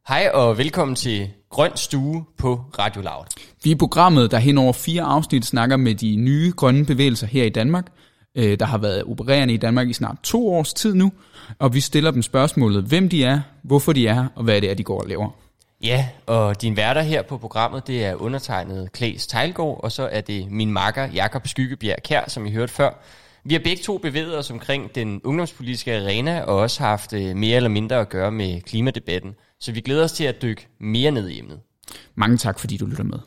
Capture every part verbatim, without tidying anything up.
Hej og velkommen til Grøn Stue på Radio Loud. Vi er programmet, der hen over fire afsnit snakker med de nye grønne bevægelser her i Danmark, der har været opererende i Danmark i snart to års tid nu, og vi stiller dem spørgsmålet, hvem de er, hvorfor de er, og hvad det er, de går og laver. Ja, og din værter her på programmet, det er undertegnet Claes Teilgaard, og så er det min makker Jakob Skyggebjerg Kjær, som I hørte før. Vi har begge to bevæget os omkring den ungdomspolitiske arena, og også haft mere eller mindre at gøre med klimadebatten. Så vi glæder os til at dykke mere ned i emnet. Mange tak, fordi du lytter med.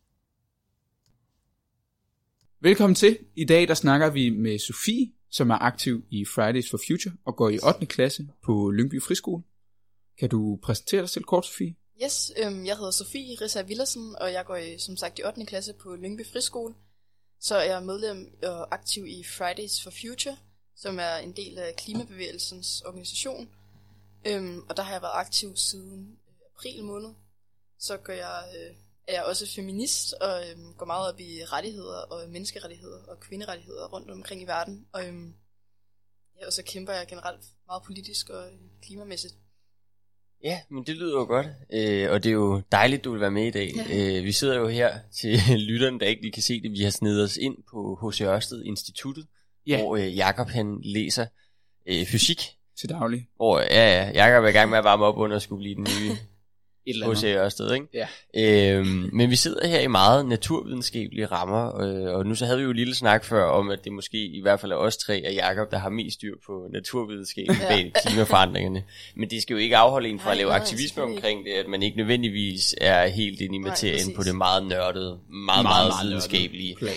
Velkommen til. I dag der snakker vi med Sofie, som er aktiv i Fridays for Future og går i ottende klasse på Lyngby Friskole. Kan du præsentere dig selv kort, Sofie? Yes, øhm, jeg hedder Sofie Rissa Villersen, og jeg går i, som sagt i ottende klasse på Lyngby Friskole. Så er jeg medlem og aktiv i Fridays for Future, som er en del af klimabevægelsens organisation. Øhm, og der har jeg været aktiv siden april måned. Så gør jeg, øh, er jeg også feminist og øh, går meget op i rettigheder og menneskerettigheder og kvinderettigheder rundt omkring i verden. Og, øh, ja, og så kæmper jeg generelt meget politisk og klimamæssigt. Ja, men det lyder jo godt, øh, og det er jo dejligt, du vil være med i dag. Ja. Øh, vi sidder jo her til lytterne, der ikke lige kan se det. Vi har snedet os ind på H C Ørsted Instituttet, ja. hvor øh, Jakob han læser øh, fysik. Til daglig. Hvor ja, ja, Jakob er i gang med at varme op under at skulle blive den nye H C Ørsted, ikke? Ja. Øhm, men vi sidder her i meget naturvidenskabelige rammer, øh, og nu så havde vi jo en lille snak før om, at det måske i hvert fald er os tre af Jakob, der har mest styr på naturvidenskab bag ja. klimaforandringerne. Men det skal jo ikke afholde en fra at lave nej, aktivisme omkring det, at man ikke nødvendigvis er helt inde i materien nej, på det meget nørdede, meget, meget, meget, meget videnskabelige plan.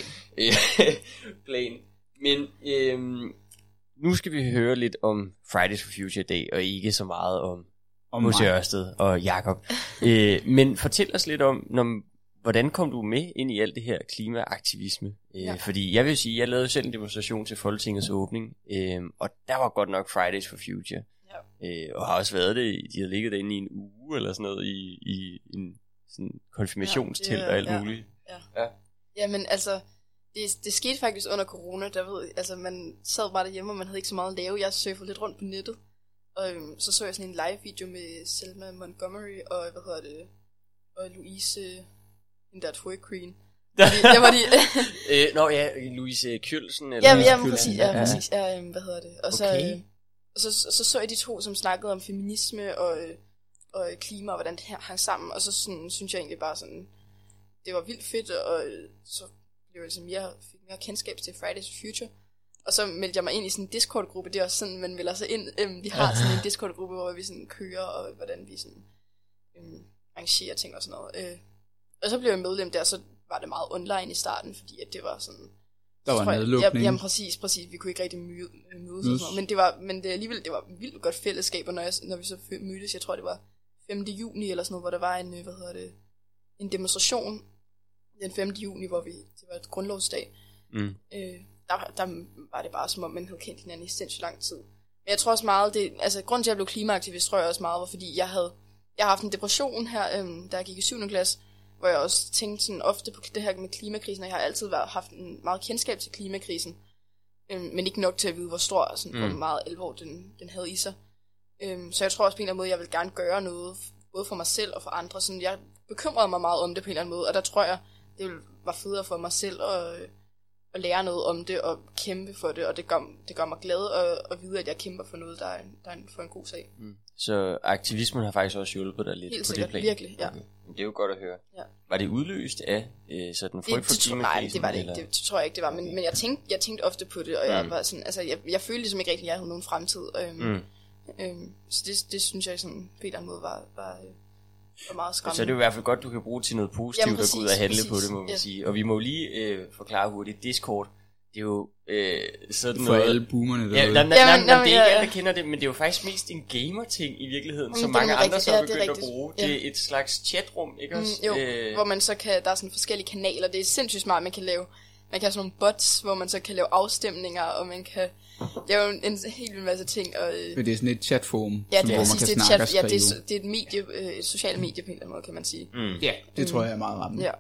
plan. Men øhm, nu skal vi høre lidt om Fridays for Future Day, og ikke så meget om H C Ørsted og Jakob. øh, men fortæl os lidt om, når, hvordan kom du med ind i alt det her klimaaktivisme? Øh, ja. Fordi jeg vil sige, jeg lavede selv en demonstration til Folketingets åbning, øh, og der var godt nok Fridays for Future. Ja. Øh, og har også været det, de har ligget derinde i en uge eller sådan noget, i, i en sådan konfirmationstelt ja, og alt ja, muligt. Ja. Ja. Jamen altså, det, det skete faktisk under corona, der ved, altså man sad bare derhjemme, og man havde ikke så meget at lave. Jeg surfede lidt rundt på nettet. Og øhm, så så jeg sådan en live video med Selma Montgomery og hvad hedder det og Louise, den der twerk queen. Jeg var de. øh, Nå ja, Louise Kjølsen eller. Ja, ja, præcis, ja, præcis. Ja, øhm, hvad hedder det? Og så, okay. øh, og så, så så jeg de to, som snakkede om feminisme og øh, og klima og hvordan det her hang sammen. Og så sådan synes jeg egentlig bare sådan, det var vildt fedt, og øh, så blev jeg ligesom mere fik mere kendskab til Fridays for Future. Og så meldte jeg mig ind i sådan en Discord-gruppe. Det er også sådan, man melder sig ind. Øhm, vi har sådan en Discord-gruppe, hvor vi sådan kører, og hvordan vi sådan øhm, arrangerer ting og sådan noget. Øh, og så blev jeg medlem der, så var det meget online i starten, fordi at det var sådan. Der var en nedlukning. Jamen præcis, præcis. Vi kunne ikke rigtig mødes og sådan noget. Men det var, men det alligevel, det var et vildt godt fællesskab, og når, jeg, når vi så mødtes, jeg tror det var femte juni eller sådan noget, hvor der var en, hvad hedder det, en demonstration den femte juni, hvor vi, det var et grundlovsdag. Mm. Øh, Der, der var det bare som om, man havde kendt hinanden i sindssygt lang tid. Men jeg tror også meget, det, altså grunden til, at jeg blev klimaaktivist, tror jeg også meget, var fordi jeg havde, jeg har haft en depression her, øhm, da jeg gik i syvende klasse, hvor jeg også tænkte sådan ofte på det her med klimakrisen, og jeg har altid været, haft en meget kendskab til klimakrisen, øhm, men ikke nok til at vide, hvor stor og sådan, mm. hvor meget alvor den, den havde i sig. Øhm, så jeg tror også på en eller anden måde, jeg vil gerne gøre noget, både for mig selv og for andre. Sådan, jeg bekymrede mig meget om det på en eller anden måde, og der tror jeg, det var federe for mig selv at at lære noget om det og kæmpe for det, og det gør, det gør mig glad at, at vide, at jeg kæmper for noget, der er, der er for en god sag. Mm. Så aktivismen har faktisk også hjulpet dig lidt helt på sikkert, det plan? Virkelig, ja. Okay. Det er jo godt at høre. Ja. Var det udløst af øh, sådan frygt for klimakrisen? Nej, det var det ikke. Det tror jeg ikke, det var. Men, okay. men jeg, tænkte, jeg tænkte ofte på det, og jeg mm. var sådan, altså, jeg, jeg følte ligesom ikke rigtig, at jeg havde nogen fremtid. Øhm, mm. øhm, så det, det synes jeg sådan, på en eller anden måde var, var, var meget skræmmende. Så er det jo i hvert fald godt, du kan bruge til noget positivt Jamen, præcis, og gå ud og handle præcis. på det, må man ja. sige. Og vi må lige øh, forklare hurtigt, Discord, det er jo øh, sådan for noget. For alle boomerne derude. Ja, nej, nej, nej, nej, det er ikke alle, der kender det, men det er jo faktisk mest en gamer-ting i virkeligheden, jamen, som mange andre rigtig, så er begyndt ja, at bruge. Ja. Det er et slags chatrum, ikke også? Mm, jo, øh, hvor man så kan, der er sådan forskellige kanaler, det er sindssygt smart, man kan lave, man kan have sådan nogle bots, hvor man så kan lave afstemninger, og man kan lave en, en hel masse ting. Og, øh, men det er sådan et chatforum, ja, det hvor præcis, man kan det snakke chat, og skrive. Ja, det er, det er et medie, øh, et socialt medie på en eller anden måde, kan man sige. Mm. Ja, det mm. tror jeg er meget ramt. Ja.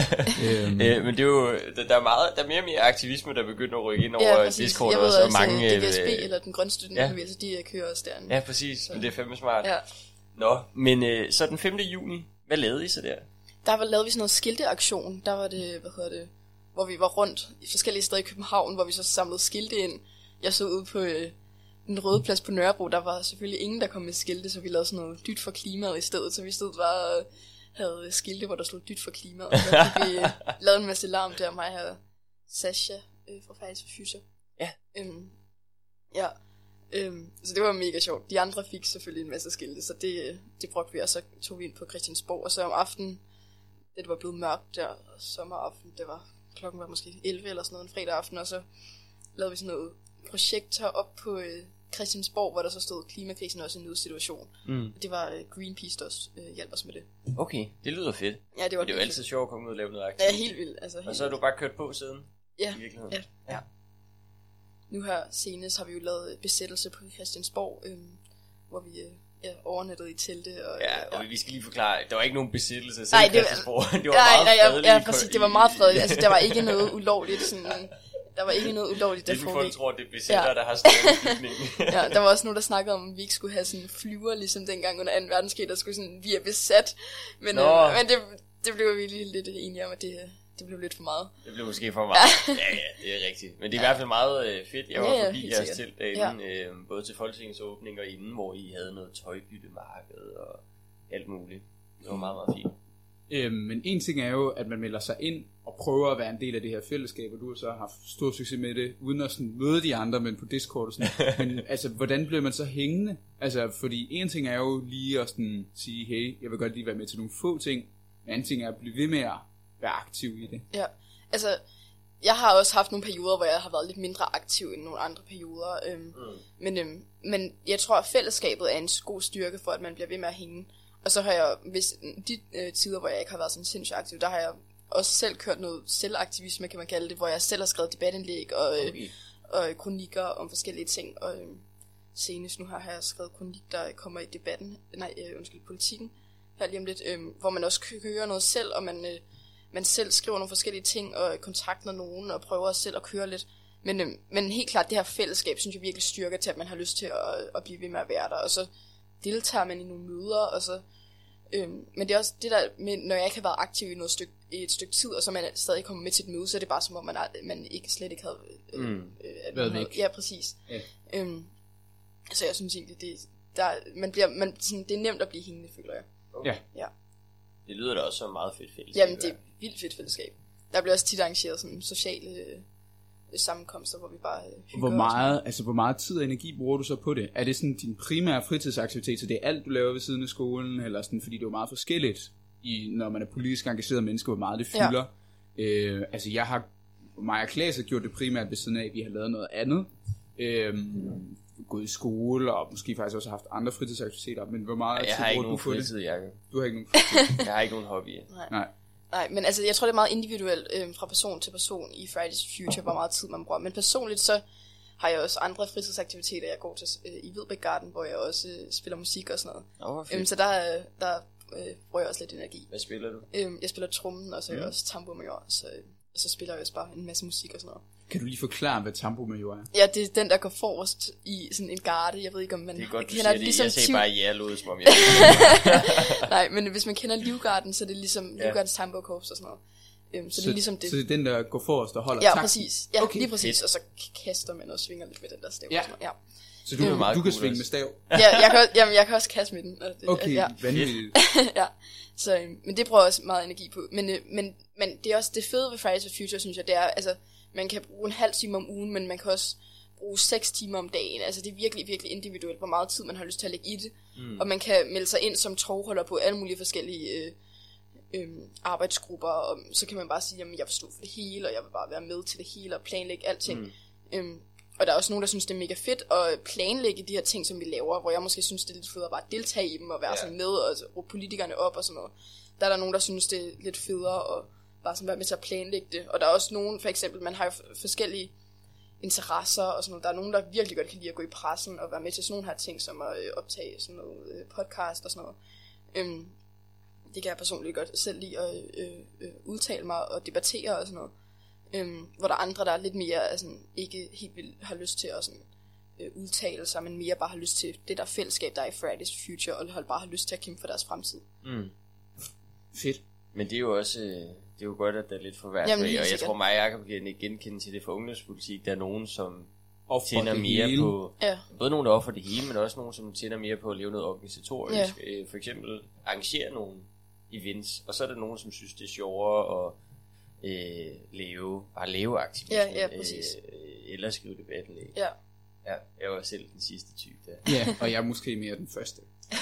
øhm. øh, men det er jo, der er, meget, der er mere og mere aktivisme, der begynder at rykke ind over ja, Discord jeg også. Jeg og mange, D G S B, øh, eller den grønne støttende ja. bevægelse, de kører også derinde. Ja, præcis, så. Men det er fandme smart. Ja. Nå, men øh, så den femte juni, hvad lavede I så der? Der var, lavede vi sådan noget skilteaktion. Der var det, hvad hedder det, hvor vi var rundt i forskellige steder i København, hvor vi så samlede skilte ind. Jeg så ude på øh, den røde plads på Nørrebro, der var selvfølgelig ingen, der kom med skilte, så vi lavede sådan noget dyt for klimaet i stedet. Så vi stod bare og havde skilte, hvor der stod dyt for klimaet. Og så fik vi øh, lavet en masse larm der, mig og Sasha øh, fra Fridays for Future. Ja. Øhm, ja. Øhm, så det var mega sjovt. De andre fik selvfølgelig en masse skilte, så det, det brugte vi, og så tog vi ind på Christiansborg. Og så om aftenen, det var blevet mørkt der, og sommeraften, det var, klokken var måske elleve eller sådan noget en fredag aften, og så lavede vi sådan noget projekter op på øh, Christiansborg, hvor der så stod klimakrisen også i en nødsituation. Mm. Det var øh, Greenpeace, der også øh, hjalp os med det. Okay, det lyder fedt. Ja, det var det er jo altid sjovt at komme ud og lave noget aktivt. Ja, helt vildt. Altså, helt og så har du bare kørt på siden? Ja, i virkeligheden. ja, ja. Nu her senest har vi jo lavet besættelse på Christiansborg, øh, hvor vi øh, ja, overnattede i telte. Og, ja, og ja. Vi skal lige forklare, der var ikke nogen besættelse af nej, det Christiansborg. Var, det var nej, meget nej, fredeligt. Ja, præcis, det var meget fredeligt. Altså, der var ikke noget ulovligt, sådan, der var ikke noget ulovligt, der foregik. Det er folk tror, det er besætter, ja. Der har stået i bygningen. Ja, der var også nogen, der snakkede om, at vi ikke skulle have sådan flyver, ligesom dengang under anden verdenskrig, der skulle sådan, vi er besat. Men, øh, men det, det blev vi lige lidt enige om, at det, det blev lidt for meget. Det blev måske for meget. Ja, ja, det er rigtigt. Men det er ja. I hvert fald meget øh, fedt. Jeg var ja, ja, forbi jeres telt derinde, ja. øh, både til Folketingets åbning og inden, hvor I havde noget tøjbyttemarked og alt muligt. Det var meget, meget fint. Øhm, men en ting er jo, at man melder sig ind og prøver at være en del af det her fællesskab, og du har så haft stor succes med det, uden at sådan møde de andre, men på Discord og sådan. Men altså, hvordan bliver man så hængende? Altså, fordi en ting er jo lige at sådan sige, hey, jeg vil godt lige være med til nogle få ting. En anden ting er at blive ved med at være aktiv i det. Ja, altså, jeg har også haft nogle perioder, hvor jeg har været lidt mindre aktiv end nogle andre perioder. Øhm, mm. men, øhm, men jeg tror, at fællesskabet er en god styrke for, at man bliver ved med at hænge. Og så har jeg, hvis de øh, tider, hvor jeg ikke har været sådan sindssygt aktiv, der har jeg også selv kørt noget selvaktivisme, kan man kalde det, hvor jeg selv har skrevet debatindlæg og, øh, okay. og øh, kronikker om forskellige ting. Og øh, senest nu har jeg skrevet kronik, der kommer i debatten, nej, øh, undskyld, politikken, her lige om lidt, øh, hvor man også kører noget selv, og man, øh, man selv skriver nogle forskellige ting, og kontakter nogen, og prøver selv at køre lidt. Men, øh, men helt klart, det her fællesskab, synes jeg virkelig styrker til, at man har lyst til at, at blive ved med at være der, og så deltager man i nogle møder, og så Øhm, men det er også det der med, når jeg ikke har været aktiv i, noget stykke, i et stykke tid, og så man stadig kommer med til et møde, så er det bare som om, man, man ikke, slet ikke havde øh, mm. øh, været væk. Ja, præcis. Yeah. Øhm, så jeg synes egentlig, det, der, man bliver, man, sådan, det er nemt at blive hængende, føler jeg. Okay. Yeah. Ja. Det lyder da også som meget fedt fællesskab. Jamen, det er vildt fedt fællesskab. Der bliver også tit arrangeret sådan sociale øh, sammenkomster, hvor vi bare øh, hygger. Hvor meget, altså, hvor meget tid og energi bruger du så på det? Er det sådan din primære fritidsaktivitet, så det er alt, du laver ved siden af skolen, eller sådan, fordi det er jo meget forskelligt, i, når man er politisk engageret menneske, hvor meget det fylder? Ja. Øh, altså, jeg har, mig og Klaas har gjort det primært ved siden af, at vi har lavet noget andet. Øh, gået i skole, og måske faktisk også haft andre fritidsaktiviteter, men hvor meget ja, tid bruger du på det? Jeg har ikke nogen fritid, Jacob. Du har ikke nogen fritid? Jeg har ikke nogen hobby. Nej. Nej. Nej, men altså, jeg tror, det er meget individuelt øh, fra person til person i Fridays for Future, hvor meget tid man bruger. Men personligt så har jeg også andre fritidsaktiviteter. Jeg går til øh, i Vedbæk Garden, hvor jeg også øh, spiller musik og sådan noget. Oh, øhm, så der, der øh, bruger jeg også lidt energi. Hvad spiller du? Øhm, jeg spiller trommen, og så er jeg mm. også tambourmajor, så, øh, og så spiller jeg også bare en masse musik og sådan noget. Kan du lige forklare, hvad tambourmajor er? Ja, det er den, der går forrest i sådan en garde. Jeg ved ikke, om man det er godt, kender det. Ligesom jeg siger tiv... bare ja-lod, som om jeg Nej, men hvis man kender Livgarden, så er det ligesom ja. Livgardens tambourkorps og sådan noget. Øhm, så, så det er ligesom det. Så det er den, der går forrest og holder ja, takten? Præcis. Ja, okay. lige præcis. Og så kaster man og svinger lidt med den der stav. Ja. Og sådan noget. Ja. Så du, øhm, du kan cool svinge med stav? Ja, jeg kan, jamen, jeg kan også kaste med den. Og det, okay, ja. vanvittigt. Ja, så, øhm, men det bruger jeg også meget energi på. Men, øh, men, men det er også det fede ved Fridays for Future, synes jeg, det er, altså, man kan bruge en halv time om ugen, men man kan også bruge seks timer om dagen. Altså, det er virkelig, virkelig individuelt, hvor meget tid man har lyst til at lægge i det. Mm. Og man kan melde sig ind som tovholder på alle mulige forskellige øh, øh, arbejdsgrupper, og så kan man bare sige, jamen, jeg vil stå for det hele, og jeg vil bare være med til det hele, og planlægge alting. Mm. Øhm, og der er også nogen, der synes, det er mega fedt at planlægge de her ting, som vi laver, hvor jeg måske synes, det er lidt federe at bare deltage i dem, og være yeah. sådan med, og råbe politikerne op og sådan noget. Der er der nogen, der synes, det er lidt federe at bare sådan være med til at planlægge det. Og der er også nogen, for eksempel, man har jo forskellige interesser og sådan noget. Der er nogen, der virkelig godt kan lide at gå i pressen og være med til sådan nogle her ting, som at optage sådan noget podcast og sådan noget. Øhm, det kan jeg personligt godt selv lide at øh, øh, udtale mig og debattere og sådan noget. Øhm, hvor der er andre, der er lidt mere altså, ikke helt vildt har lyst til at sådan, øh, udtalelser, men mere bare har lyst til det der fællesskab, der er i Fridays for Future, og bare har lyst til at kæmpe for deres fremtid. Mm. Fedt. Men det er jo også, det er jo godt, at der er lidt for hvert, og jeg tror mig og Jacob kan genkende til det for ungdomspolitik, der er nogen, som tænder mere hele. på, ja. både nogen, der offer det hele, men også nogen, som tænder mere på at leve noget organisatorisk, ja. For eksempel arrangere nogle events, og så er der nogen, som synes, det er sjovere at øh, leve, bare leve aktivisme, ja, ja, præcis. Øh, eller skrive debatindlæg. Ja. Ja, jeg var selv den sidste type der. Ja, og jeg er måske mere den første.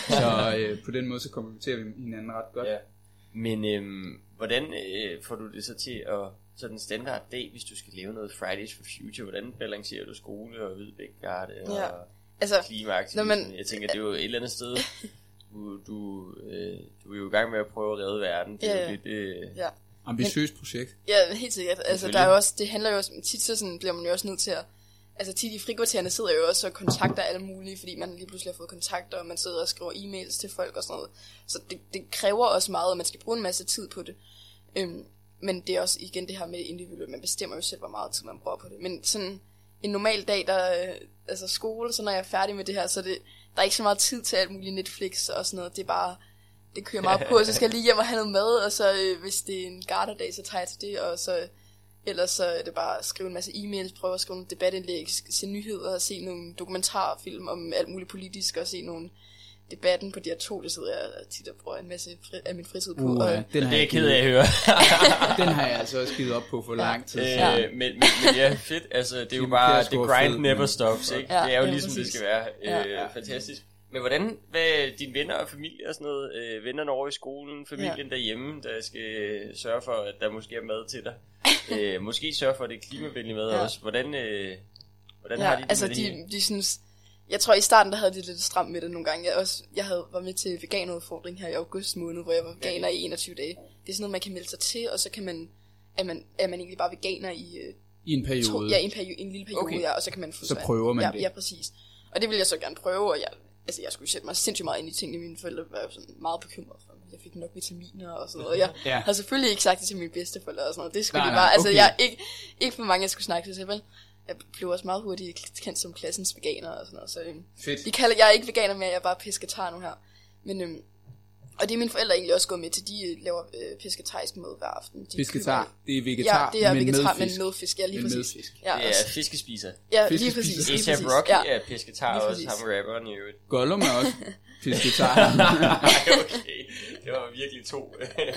Så øh, på den måde, så komplementerer vi hinanden ret godt. Ja. Men øhm, hvordan øh, får du det så til at, sådan en standard dag, hvis du skal lave noget Fridays for Future, hvordan balancerer du skole og Hvidebæk-garde ja. og altså, klimaaktivisme? Man... Jeg tænker, det er jo et eller andet sted, du, du, øh, du er jo i gang med at prøve at redde verden. Det er ja, jo lidt... Øh... Ja. Ambitiøst projekt. Ja, helt sikkert. Altså, der er jo også, det handler jo også, tit så sådan, bliver man jo også nødt til at, altså tit i frikvartererne sidder jo også og kontakter alle mulige, fordi man lige pludselig har fået kontakter, og man sidder og skriver e-mails til folk og sådan noget. Så det, det kræver også meget, og man skal bruge en masse tid på det. Øhm, men det er også igen det her med individuelt, man bestemmer jo selv, hvor meget tid man bruger på det. Men sådan en normal dag, der øh, altså skole, så når jeg er færdig med det her, så det, der er ikke så meget tid til alt muligt Netflix og sådan noget. Det er bare, det kører meget på, så skal jeg lige hjem og have noget mad, og så øh, hvis det er en garterdag, så tager jeg til det, og så ellers så er det bare at skrive en masse e-mails, prøve at skrive nogle debatindlæg, se nyheder, se nogle dokumentarfilm om alt muligt politisk, og se nogle debatten på D R to, det sidder jeg tit og bruger en masse fri, af min fritid på. Uh, og, den det er jeg ked af at høre. Den har jeg altså også givet op på for lang tid. Ja. Øh, men, men, men ja, fedt. Altså, det er jo bare, the grind never stops, ikke? Ja, det er jo ja, ligesom, præcis. det skal være. Øh, ja. Fantastisk. Men hvordan, hvad dine venner og familie og sådan noget, øh, vennerne over i skolen, familien ja. derhjemme, der skal sørge for, at der måske er mad til dig. øh, måske sørge for, at det er klimavenlig mad ja. også. Hvordan, øh, hvordan ja, har de det altså med de, det hele? de synes, jeg tror i starten, der havde de lidt stramt med det nogle gange. Jeg, også, jeg havde var med til veganerudfordring her i august måned, hvor jeg var veganer ja. i enogtyve dage. Det er sådan noget, man kan melde sig til, og så kan man, er man, er man egentlig bare veganer i... I en periode? To, ja, i en, periode, en lille periode, okay. ja, og så kan man få... Så prøver man ja, det? Ja, præcis. Og det ville jeg så gerne prøve, og jeg... Altså, jeg skulle sætte mig sindssygt meget ind i tingene. Mine forældre var sådan meget bekymrede for mig. Jeg fik nok vitaminer og sådan noget. Jeg ja. har selvfølgelig ikke sagt det til mine bedsteforældre og sådan noget. Det skulle nej, de bare... nej, Altså, okay. jeg ikke, ikke for mange, jeg skulle snakke til selv. Jeg blev også meget hurtigt kendt som klassens veganer og sådan noget. Så, øhm, fedt. De kalder, jeg er ikke veganer mere, jeg er bare pesketar nu her. Men... Øhm, og det er mine forældre egentlig også gået med til. De laver øh, pesketajsk mad hver aften. De pesketar, køber, det er vegetar, ja, det er men vegetar, med fisk. men med fisk. Ja, lige men præcis. Fisk. Ja, det er fiskespiser. Ja, lige præcis. A$ap Rocky ja. er pesketar også, ham rapperen i øvrigt. Gollum er også pesketar. Okay, det var virkelig to,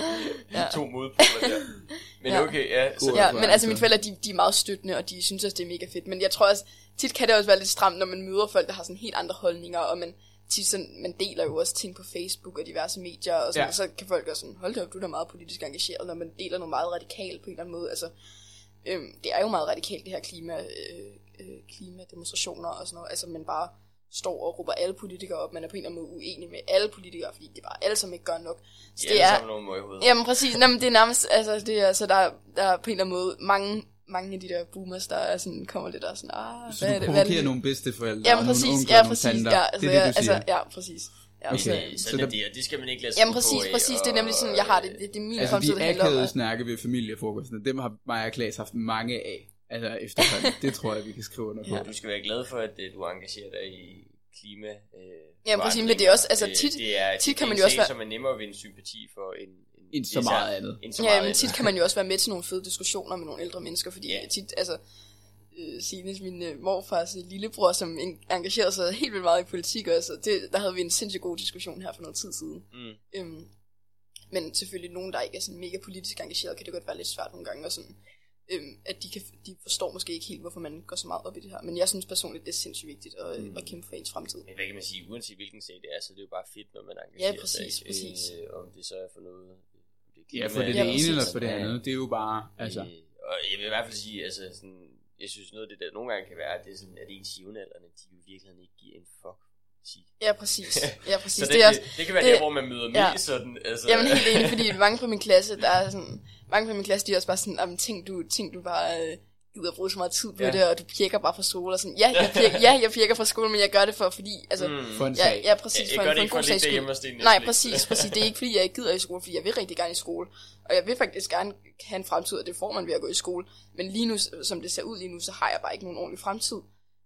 ja. to modpoler der. Men ja. okay, ja. Så, ja, men altså mine forældre, de, de er meget støttende, og de synes også, det er mega fedt. Men jeg tror også, tit kan det også være lidt stramt, når man møder folk, der har sådan helt andre holdninger, og man... Tit sådan, man deler jo også ting på Facebook og diverse medier, og, sådan, ja. og så kan folk også sådan, hold da op, du er da meget politisk engageret, når man deler noget meget radikalt på en eller anden måde. Altså, øhm, det er jo meget radikalt, det her klima, øh, øh, klimademonstrationer og sådan noget. Altså, man bare står og råber alle politikere op, man er på en eller anden måde uenig med alle politikere, fordi det er bare alle, som ikke gør nok. Så de det er nogle måde i hovedet. Jamen præcis, Nå, men det er nærmest, altså, det er, så der, der er på en eller anden måde mange... mange af de der boomers, der er sådan, kommer lidt og sådan, ah, så hvad er det? Så du provokerer nogle bedsteforældre, ja, præcis, og nogle onkler, ja, og præcis, nogle tanter. Ja, altså, det er det, du altså, siger. ja, præcis. Ja, okay, så, så, så det, det, det skal man ikke lade sig jamen præcis, på præcis, det er nemlig sådan, jeg har det, det, det er min altså, fremtid, de akavede snakke ved familiefrokosten, dem har mig og Klaas haft mange af, altså efterhånden, det tror jeg, vi kan skrive under på. Ja. Du skal være glad for, at du engagerer dig i klima. Øh, jamen præcis, men det er også, altså tit, det er, tit kan man jo også være... som er nemmere at vinde sympati for en... en så meget andet. Så ja, meget men andet. tit kan man jo også være med til nogle fede diskussioner med nogle ældre mennesker, fordi yeah. tit, altså... Øh, Sines, min øh, morfars lillebror, som engagerede sig helt vildt meget i politik også, det, der havde vi en sindssygt god diskussion her for noget tid siden. Mm. Øhm, men selvfølgelig nogen, der ikke er sådan mega politisk engageret, kan det godt være lidt svært nogle gange, og sådan, øhm, at de, kan, de forstår måske ikke helt, hvorfor man går så meget op i det her. Men jeg synes personligt, det er sindssygt vigtigt at, mm. at kæmpe for ens fremtid. Men hvad kan man sige, uanset hvilken sag det er, så det er jo bare fedt, når man engagerer ja, præcis, sig. Præcis. Øh, om det så er for noget... Det ja, for det, det ene eller for det andet, det er jo bare... Altså. Øh, og jeg vil i hvert fald sige, altså sådan... Jeg synes noget af det der nogle gange kan være, at det er sådan, at ens jævnaldrende, de jo virkelig ikke giver en fuck. Ja, præcis. Ja, præcis. Så det, det, er også, det, det kan være det, der, hvor man møder ja. mest sådan. Altså. Jamen helt enig, fordi mange fra min klasse, der er sådan, mange fra min klasse, de er også bare sådan, om ting du, ting du bare øh, gider bruge så meget tid på ja. det, og du pjekker bare fra skole og sådan. Ja, jeg pjekker, ja, jeg pjekker fra skole, men jeg gør det for, fordi, altså, mm. for en ja, sag. ja, præcis, ja, for, for, for en god sags skyld. Nej, præcis, præcis. Det er ikke fordi, jeg ikke gider i skole, fordi jeg vil rigtig gerne i skole. Og jeg vil faktisk gerne have en fremtid, og det får man ved at gå i skole. Men lige nu, som det ser ud lige nu, så har jeg bare ikke nogen ordentlig fremtid.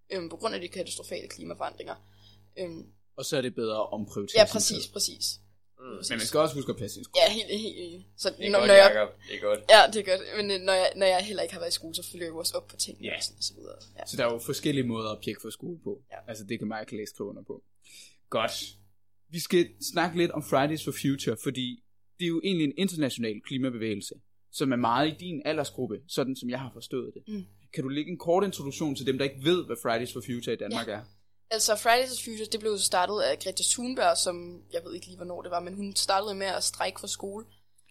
øhm, på grund af de katastrofale klimaforandringer. Øhm, og så er det bedre at omprioritere. Ja, præcis, præcis. Mm. Men man skal også huske at passe sin skole. Ja, helt, helt, helt. Så det er når, godt, når jeg, Jacob. Det er godt. Ja, det er godt. Men når jeg, når jeg heller ikke har været i skole, så følger jeg jo også op på tingene ja. og, sådan, og så videre. Ja. Så der er jo forskellige måder at pjekke for skole på. Ja. Altså det kan Michael læse skrive under på. Godt. Vi skal snakke lidt om Fridays for Future, fordi det er jo egentlig en international klimabevægelse, som er meget i din aldersgruppe, sådan som jeg har forstået det. Mm. Kan du lægge en kort introduktion til dem, der ikke ved, hvad Fridays for Future i Danmark ja. er? Altså Fridays for Future, det blev startet af Greta Thunberg, som jeg ved ikke lige, hvornår det var, men hun startede med at strejke for skole.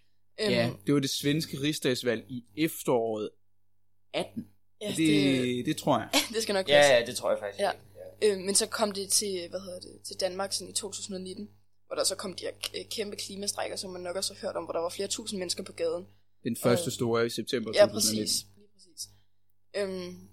Ja, det var det svenske rigsdagsvalg i efteråret atten. Ja, det, det, det tror jeg. Det skal nok ja, ja, det tror jeg faktisk. Ja. Ja. Øh, men så kom det til, hvad hedder det, til Danmark sådan i to tusind nitten, hvor der så kom de her kæmpe klimastrejker, som man nok også har hørt om, hvor der var flere tusind mennesker på gaden. Den første og, store i september ja, to tusind nitten. Præcis. Lige præcis. Øhm,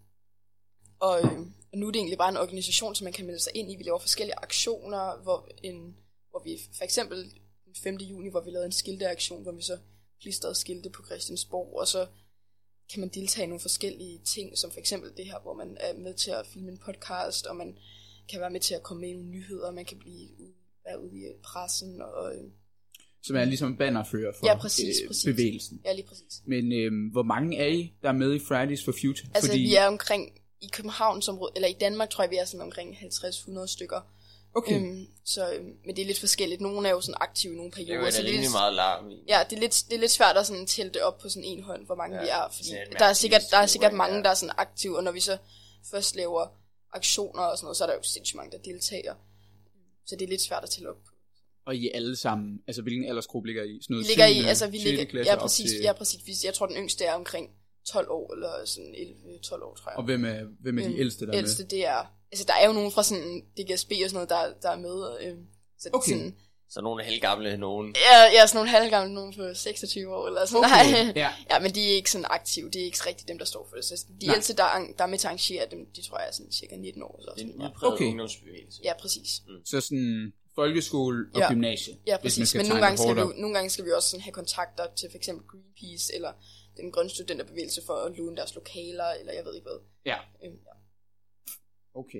og, øh, og nu er det egentlig bare en organisation, som man kan melde sig ind i. Vi laver forskellige aktioner, hvor, en, hvor vi for eksempel den femte juni, hvor vi lavede en skilteaktion, hvor vi så klistrede skilte på Christiansborg, og så kan man deltage i nogle forskellige ting, som for eksempel det her, hvor man er med til at filme en podcast, og man kan være med til at komme med i nogle nyheder, og man kan blive være ude i pressen. Og, øh, som er ligesom bannerfører for ja, præcis, øh, præcis. bevægelsen. Ja, lige præcis. Men øh, hvor mange er I, der er med i Fridays for Future? Altså Fordi... vi er omkring, i København, som, eller i Danmark tror jeg, vi er sådan omkring halvtreds til hundrede stykker. Okay. Øhm, så, øhm, men det er lidt forskelligt. Nogle er jo sådan aktive i nogle perioder. Det er jo så rimelig meget larm i. Ja, det er, lidt, det er lidt svært at sådan tælle det op på sådan en hånd, hvor mange ja, vi er. Fordi er der er sikkert, der er sikkert ja. mange, der er sådan aktive, og når vi så først laver aktioner og sådan noget, så er der jo sindssygt mange, der deltager. Så det er lidt svært at tælle op på. Og I alle sammen, altså hvilken aldersgruppe ligger I? Sådan noget vi ligger syvende, i, altså vi ligger, klasse ja præcis, til... ja præcis. Jeg tror den yngste er omkring tolv år, eller sådan elleve tolv år, tror jeg. Og hvem er, hvem er de øhm, ældste, der er ældste, med? det er, altså der er jo nogen fra sådan D G S B og sådan noget, der, der er med. Øhm, så okay. Sådan, så nogle halvgamle nogen. Ja, ja, sådan nogle halvgamle nogen på seksogtyve år, eller sådan. Okay, nej. ja. Ja, men de er ikke sådan aktive, det er ikke rigtig dem, der står for det. Så de ældste, der, der er med til at arrangere dem, de tror jeg er sådan cirka nitten år. Så det er en ja. udpræget okay. ungdomsbevægelse. Ja, præcis. Mm. Så sådan folkeskole og ja. gymnasie. Ja, præcis, men nogle gange, skal vi, nogle gange skal vi også sådan have kontakter til for eksempel Greenpeace, eller den grønne studenterbevægelse for at låne deres lokaler, eller jeg ved ikke hvad. Ja. Øhm, ja. Okay.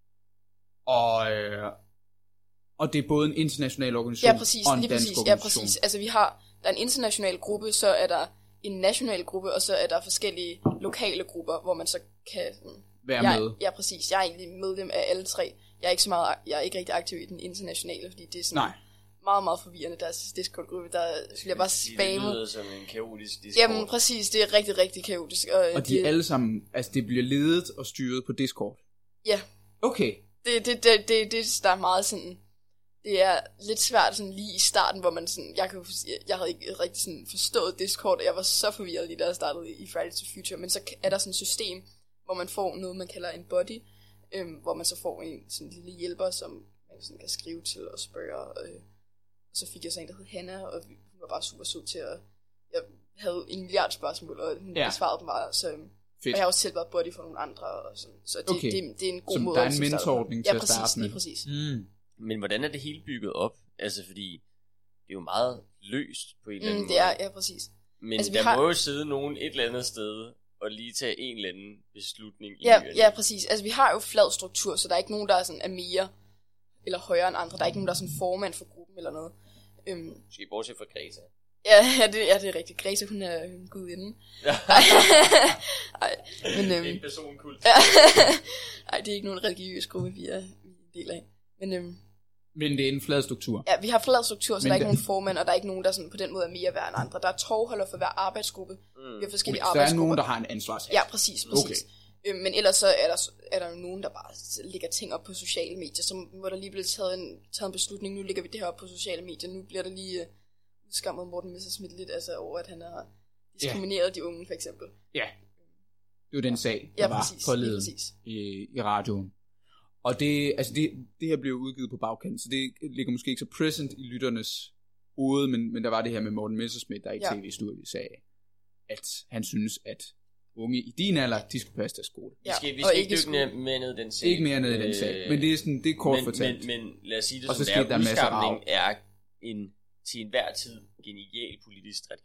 Og, øh, og det er både en international organisation ja, præcis, og en lige dansk præcis, organisation. Ja, præcis. Altså vi har, der er en international gruppe, så er der en national gruppe, og så er der forskellige lokale grupper, hvor man så kan være jeg, med. Ja, præcis. Jeg er egentlig medlem af alle tre. Jeg er ikke så meget, jeg er ikke rigtig aktiv i den internationale, fordi det er sådan Nej. meget, meget forvirrende, deres Discord-gruppe, der bliver bare spammet. Det lyder som en kaotisk Discord. Jamen præcis, det er rigtig, rigtig kaotisk. Og, og de det, er alle sammen, altså det bliver ledet og styret på Discord? Ja. Okay. Det, det, det, det, det der er meget sådan, det er lidt svært sådan lige i starten, hvor man sådan, jeg, kan, jeg havde ikke rigtig sådan forstået Discord, og jeg var så forvirret lige da jeg startede i Fridays for Future, men så er der sådan et system, hvor man får noget, man kalder en buddy, øhm, hvor man så får en sådan en lille hjælper, som man sådan kan skrive til og spørge, øh, og så fik jeg så en, der hed Hanna, og hun var bare super sød til at, jeg havde en milliard spørgsmål, og hun ja. besvarede dem bare, så, Fedt. Og jeg har også selv været buddy for nogle andre, og sådan, så det, okay. det, det er en god som måde. Der er en mentorordning til ja, at starte med. Ja, præcis, lige præcis. Mm. Men hvordan er det hele bygget op? Altså fordi, det er jo meget løst på en eller anden mm, måde. Det er, ja, præcis. Men altså, der har... må jo sidde nogen et eller andet sted, og lige tage en eller anden beslutning. I ja, ja, præcis. Altså vi har jo flad struktur, så der er ikke nogen, der er, sådan, er mere eller højere end andre. Der er ikke nogen, der er sådan formand for gruppen eller noget. Øhm, Måske bortset fra Greta. Ja, ja, det, ja, det er rigtigt. Greta, hun er en gudinde. Ej, men, øhm, en personkult. Nej, det er ikke nogen religiøs gruppe, vi er, vi er en del af. Men, øhm, men det er en flad struktur. Ja, vi har flad struktur, så men der er ikke der... nogen formand, og der er ikke nogen, der sådan, på den måde er mere værd end andre. Der er tovholder for hver arbejdsgruppe. Mm. Vi har forskellige okay, arbejdsgrupper. Så der er nogen, der har en ansvarshat. Ja, præcis, præcis. Okay. Øhm, men ellers så er der, er der jo nogen, der bare lægger ting op på sociale medier, så må der lige blive taget en, taget en beslutning. Nu lægger vi det her op på sociale medier. Nu bliver der lige uh, udskammet Morten Messerschmidt lidt, altså over, at han har diskrimineret ja. de unge, for eksempel. Ja, det var den sag, der ja, var præcis, forleden i, i radioen. Og det, altså det, det her blev udgivet på bagkant, så det ligger måske ikke så present i lytternes hoved, men, men der var det her med Morten Messerschmidt, der i ja. tv-studiet sagde, at han synes, at unge i din alder, de skulle passe deres skole. Ja. Vi skal, vi skal ikke dykke mere ned i den sag. Ikke mere ned i den sag, men det er, sådan, det er kort men, fortalt. Men, men lad os sige det og som så det er, der udskamning er en til enhver tid genial politisk strategi.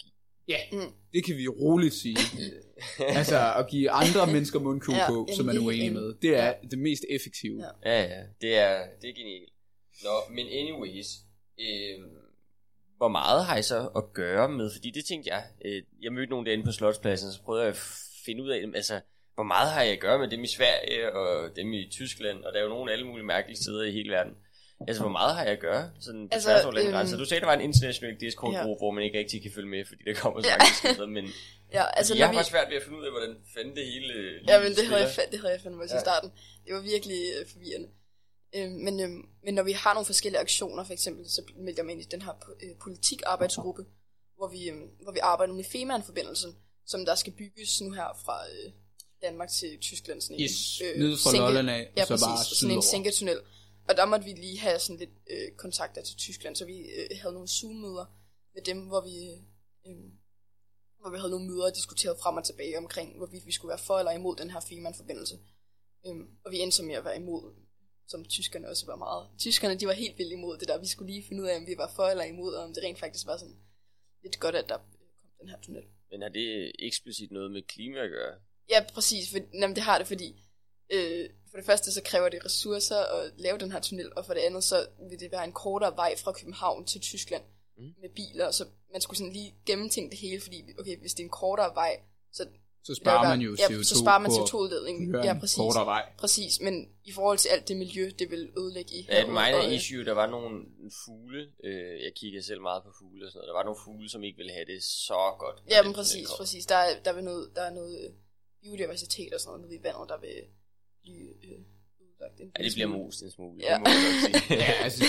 Ja, mm. det kan vi roligt sige. Altså at give andre mennesker mundkug ja, på, som man er uenig med. Det er ja. det mest effektive. Ja, ja, ja. Det er, det er genialt. Nå, men anyways, øh, hvor meget har I så at gøre med? Fordi det tænkte jeg, øh, jeg mødte nogen derinde på Slotspladsen, så prøvede jeg at finde ud af, altså, hvor meget har jeg at gøre med dem i Sverige og dem i Tyskland, og der er jo nogle alle mulige mærkelige steder i hele verden. Altså, hvor meget har jeg at gøre? Sådan, altså, tværs over landegrænser. Øhm, du sagde, der var en international Discord-gruppe, ja. hvor man ikke rigtig kan følge med, fordi der kommer så mange steder, men ja, altså, jeg har vi... bare svært ved at finde ud af, hvordan fanden det hele ja, men det havde jeg, det havde jeg fandme også ja. i starten. Det var virkelig øh, forvirrende. Øh, men, øh, men når vi har nogle forskellige aktioner, for eksempel, så melder jeg mig ind i den her øh, politikarbejdsgruppe, hvor vi, øh, hvor vi arbejder med Femern-forbindelsen, som der skal bygges nu her fra øh, Danmark til Tyskland. Sådan yes, en, øh, nede fra Lolland af, ja, så præcis, bare sådan en sænketunnel. Og der måtte vi lige have sådan lidt øh, kontakter til Tyskland, så vi øh, havde nogle Zoom-møder med dem, hvor vi, øh, hvor vi havde nogle møder og diskuterede frem og tilbage omkring, hvorvidt vi skulle være for eller imod den her Femern-forbindelse. Øh, og vi endte så med at være imod, som tyskerne også var meget. Tyskerne, de var helt vildt imod det der. Vi skulle lige finde ud af, om vi var for eller imod, og om det rent faktisk var sådan lidt godt, at der kom den her tunnel. Men har det eksplicit noget med klima at gøre? Ja, præcis. For, jamen, det har det, fordi øh, for det første så kræver det ressourcer at lave den her tunnel, og for det andet så vil det være en kortere vej fra København til Tyskland mm. med biler, så man skulle sådan lige gennemtænke det hele, fordi okay, hvis det er en kortere vej, så så sparer være, man jo C O to, ja, så sparer man C O to-udledning. Ja, præcis. Kortere vej. Præcis, men i forhold til alt det miljø, det vil ødelægge i. Ja, et minor issue, der var nogle fugle, øh, jeg kigger selv meget på fugle og sådan noget, der var nogle fugle, som ikke ville have det så godt. Ja, men præcis, præcis. Der er, der er noget, der er noget biodiversitet og sådan noget nede i vandet, der vil blive øh, udlagt. Ja, det bliver most en smule. Ja, ja altså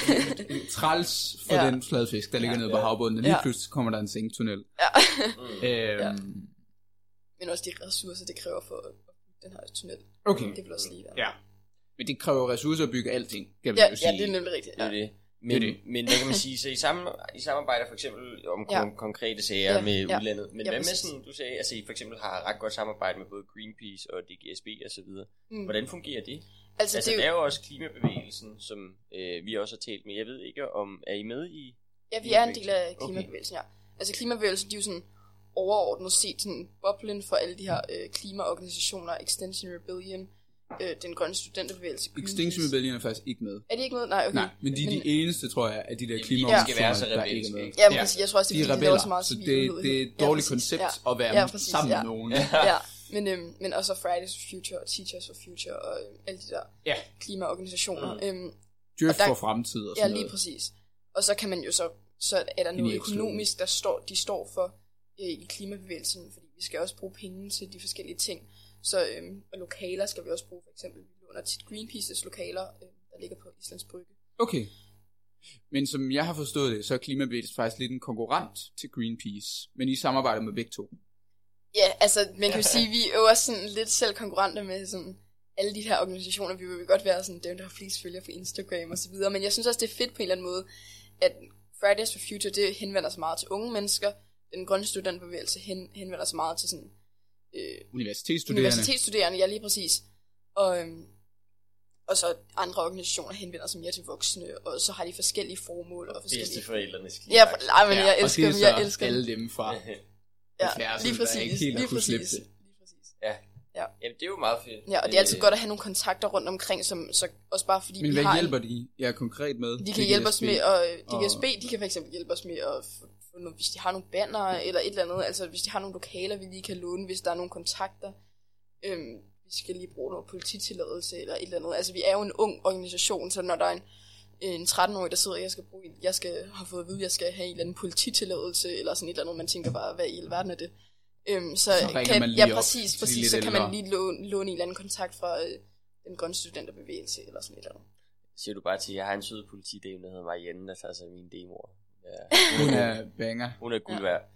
træls for ja. den fladfisk, der ligger ja, nede på ja. havbunden. Lige ja. pludselig kommer der en sænktunnel. Ja. mm. øhm, ja. Men også de ressourcer, det kræver for den her tunnel. Okay. Det vil også lige være. Ja. Men det kræver ressourcer at bygge alting, kan vi ja, jo sige. Ja, det er nemlig rigtigt. Ja. Det er det. Men, det det. men hvad kan man sige, så I, sammen, I samarbejder for eksempel om ja. konkrete sager ja. med ja. udlandet, men ja, hvad med sådan, du sagde, altså I for eksempel har ret godt samarbejde med både Greenpeace og D G S B og så videre. Mm. Hvordan fungerer det? Altså, altså det er jo også klimabevægelsen, som øh, vi også har talt med. Jeg ved ikke, om er I med i? Ja, vi er en del af klimabevægelsen, okay. ja. Altså klimabevægelsen, de er jo sådan overordnet set sådan boblen for alle de her øh, klimaorganisationer, Extinction Rebellion, øh, den grønne studenterbevægelse. Extinction Rebellion er faktisk ikke med. Er de ikke med? Nej, okay. Nej, men de er men, de eneste, tror jeg, af de der klimaorganisationer, der ikke er med. Ja, men præcis, jeg tror også, det er, de fordi, de laver så meget så det, det er et dårligt ja, koncept ja. at være ja, præcis, sammen ja. med nogen. Ja, ja. Men, øhm, men også Fridays for Future og Teachers for Future og øhm, alle de der ja. klimaorganisationer. Mm. Øhm, Djøf for fremtid og sådan ja, lige noget. præcis. Og så kan man jo så, så er der noget økonomisk, der står, de står for øh, i klimabevægelsen, fordi vi skal også bruge penge til de forskellige ting. Så øhm, og lokaler skal vi også bruge, for eksempel vi låner tit Greenpeace's lokaler, øh, der ligger på Islands Brygge. Okay. Men som jeg har forstået det, så er klimabevægelsen faktisk lidt en konkurrent til Greenpeace, men I samarbejder med begge to. Ja, altså man kan jo sige, at vi er jo også sådan lidt selv konkurrenter med sådan alle de her organisationer. Vi vil godt være sådan dem, der har flest følgere på Instagram og så videre, men jeg synes også, det er fedt på en eller anden måde, at Fridays for Future, det henvender sig meget til unge mennesker. Den grønne studentbevægelse hen, henvender sig meget til sådan øh, universitetsstuderende. Universitetsstuderende, ja lige præcis. Og, øhm, og så andre organisationer henvender sig mere til voksne, og så har de forskellige formål og forskellige. Det er forældrenes ja, nej, men ja, jeg elsker dem, jeg elsker alle dem fra. Ja, lige præcis, lige præcis, lige præcis. Ja. Ja. Jamen, det er jo meget fedt. Ja, og det er altid godt at have nogle kontakter rundt omkring, som så også bare fordi men vi hvad har hjælper de ja, konkret med? De kan hjælpe os med, og D G S B, de kan for eksempel hjælpe os med at få noget, hvis de har nogle banner eller et eller andet, altså hvis de har nogle lokaler, vi lige kan låne, hvis der er nogle kontakter, øhm, vi skal lige bruge noget polititilladelse eller et eller andet. Altså vi er jo en ung organisation, så når der er en en tretten-årig, der sidder, jeg skal bruge, jeg skal have fået at vide, jeg skal have en eller anden polititilladelse eller sådan et eller andet, man tænker bare, hvad i alverden er det? Øhm, så, så kan, man lige ja, præcis, op, præcis så kan man lige låne, låne en eller anden kontakt fra øh, den grønne studenterbevægelse eller sådan et eller andet. Siger du bare til, jeg har en sød politidame, der hedder Marianne, der tager sig min demoer. Ja. Hun er banger. Hun er guld værd.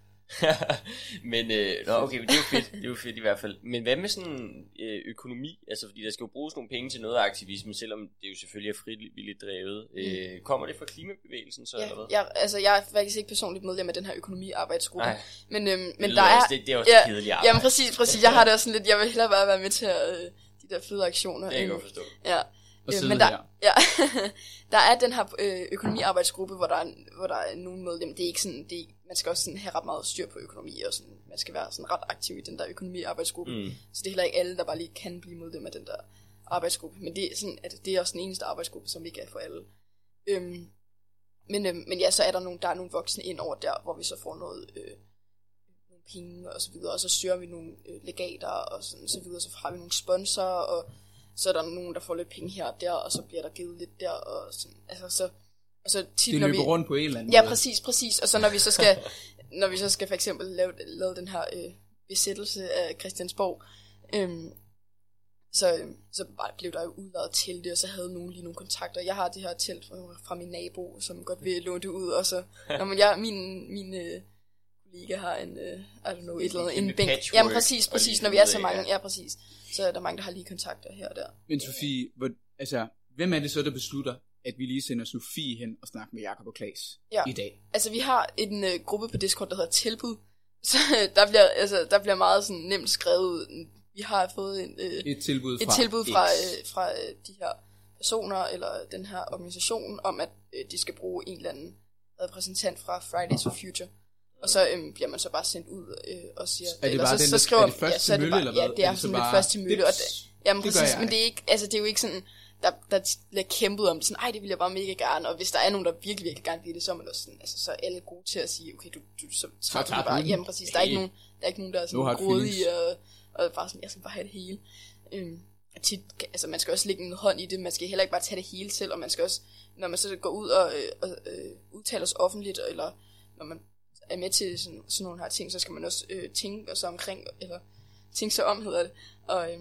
Men, øh, nå, okay, men det er jo fedt, det er jo fedt i hvert fald. Men hvad med sådan øh, økonomi? Altså, fordi der skal jo bruges nogle penge til noget aktivisme, selvom det jo selvfølgelig er frivilligt drevet. Øh, kommer det fra klimabevægelsen så, ja, eller hvad? Ja, altså, jeg er faktisk ikke personligt medlem af den her økonomiarbejdsgruppe. Nej. Men, øhm, men det der er... Også, det, det er også ja, kedeligt arbejde. Jamen, præcis, præcis. Jeg har det også sådan lidt, jeg vil hellere bare være med til øh, de der fede aktioner. Det kan jeg godt forstå. Ja, og sidde øh, men der, her. Ja, der er den her øh, økonomiarbejdsgruppe, hvor der er, hvor der er nogen medlemmer. Det er ikke sådan, det er, man skal også sådan have ret meget styr på økonomi, og sådan, man skal være sådan ret aktiv i den der økonomiarbejdsgruppe. Mm. Så det er heller ikke alle, der bare lige kan blive medlem af den der arbejdsgruppe. Men det er, sådan, at det er også den eneste arbejdsgruppe, som ikke er for alle. Øhm, men, øhm, men ja, så er der nogle, der er nogle voksne ind over der, hvor vi så får noget, øh, nogle penge og så videre, og så søger vi nogle øh, legater og sådan, så videre, så har vi nogle sponsorer, og så er der nogen, der får lidt penge her og der, og så bliver der givet lidt der, og sådan, altså så, og så tit, det når løber vi, rundt på en eller anden ja, måde. præcis, præcis, og så når vi så skal, når vi så skal for eksempel lave, lave den her øh, besættelse af Christiansborg, øhm, så, øh, så blev der jo udlejet til det, og så havde nogen lige nogle kontakter. Jeg har det her telt fra, fra min nabo, som godt vil låne det ud, og så, når man, jeg, min, min øh, kollega har en, øh, I don't know, et eller andet, en bænk. Jamen præcis, præcis, når vi er så mange, ja præcis. Så er der mange, der har lige kontakter her og der. Men Sofie, hvor, altså, hvem er det så, der beslutter, at vi lige sender Sofie hen og snakker med Jakob og Klaas ja. i dag? Altså, vi har en øh, gruppe på Discord, der hedder Tilbud. Så der bliver, altså, der bliver meget sådan nemt skrevet. Vi har fået en, øh, et tilbud fra, et tilbud fra, øh, fra øh, de her personer, eller den her organisation, om at øh, de skal bruge en eller anden repræsentant fra Fridays for Future. Og så øhm, bliver man så bare sendt ud øh, og siger... Er det eller bare så, den, så skriver, er det først ja, så til er det mølle, bare, eller hvad? Ja, det er, er det sådan lidt først til mølle. Og det, jamen det præcis, men det er ikke, altså det er jo ikke sådan, der, der bliver kæmpet om det, sådan, ej, det vil jeg bare mega gerne, og hvis der er nogen, der virkelig, virkelig gerne vil det, så er man også sådan, altså så er alle gode til at sige, okay, du, du så tager det bare, jamen præcis, der er ikke nogen, der er ikke nogen, der er sådan grådige, og, og bare sådan, jeg skal bare have det hele. Øhm, og tit, altså man skal også lægge en hånd i det, man skal heller ikke bare tage det hele selv, og man skal også, når man så går ud og, øh, og øh, udtaler sig offentligt, eller når man er med til sådan, sådan nogle her ting, så skal man også øh, tænke sig omkring, eller tænke sig om, hedder det, og... Øh,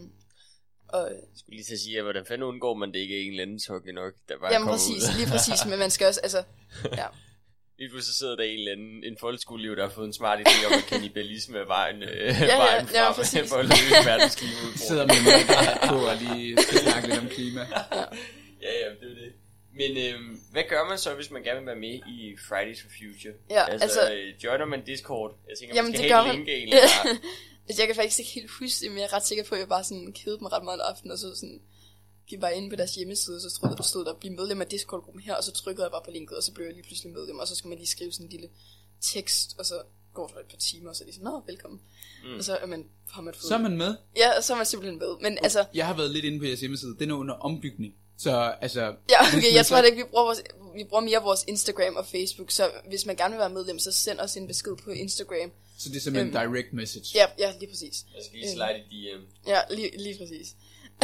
Og, jeg skulle lige til at sige, at hvordan fanden undgår man det ikke er en eller anden tokke nok, der bare jamen kommer præcis, ud. lige præcis, men man skal også, altså, ja. Lige pludselig sidder der en eller anden, en folkeskoleelev, der har fået en smart idé om, at kannibalisme er vejen, øh, ja, vejen ja, ja, frem for at løse verdens klimaudfordring. Sidder med mig på og lige skal snakke lidt om klima. Ja, ja, ja, det er det. Men øh, hvad gør man så, hvis man gerne vil være med i Fridays for Future? Ja, altså, altså øh, joiner man Discord? Jeg tænker, jamen, man skal det have gør et link man. eller bare... Altså, jeg kan faktisk ikke helt huske det, men jeg er ret sikker på, at jeg bare sådan kedede mig ret meget en aften, og så sådan, gik bare inde på deres hjemmeside, og så troede jeg, der stod der, blive medlem af Discord-gruppen her, og så trykkede jeg bare på linket, og så blev jeg lige pludselig medlem, og så skal man lige skrive sådan en lille tekst, og så går der et par timer, og så er de sådan, nå, velkommen. Mm. Og så er man, har man fået... Så er man med? Ja, og så er man simpelthen med, men og altså... Jeg har været lidt inde på jeres hjemmeside, den er under ombygning, så altså... Ja, okay, jeg tror så... ikke, vi bruger, vores, vi bruger mere vores Instagram og Facebook, så hvis man gerne vil være medlem, så send os en besked på Instagram. Så det er simpelthen en øhm, direct message? Ja, ja, lige præcis. Jeg skal lige slide i D M. Ja, lige, lige præcis.